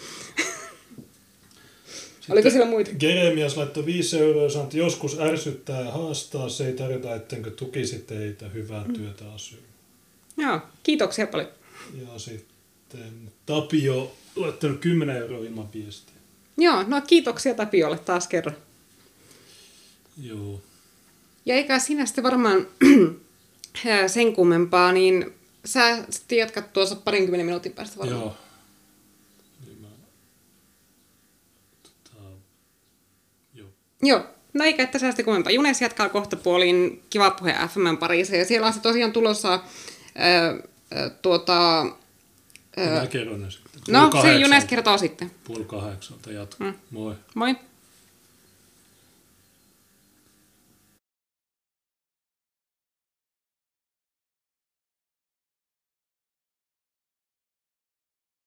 oliko siellä muita? Jeremias laittoi viisi euroa, sanoi, että joskus ärsyttää ja haastaa, se ei tarjota, ettenkö tukisi teitä, hyvää mm. työtä asuun. Joo, kiitoksia paljon. Ja sitten Tapio laittanut kymmenen euroa ilman viestiä. Joo, no kiitoksia Tapiolle taas kerran. Joo. Ja eikä sinä sitten varmaan sen kummempaa, niin sä sitten jatkat tuossa parinkymmenen minuutin päästä varmaan. Joo. Joo, no eikä että säästä kummempaa. Junes jatkaa kohta puoliin Kiva Puhe F M:n parissa, ja siellä on se tosiaan tulossa ää, ää, tuota... Ää, mä kerron ne sitten. No, se Junes kertoo sitten. Puoli kahdeksalta jatkuu. Mm. Moi. Moi.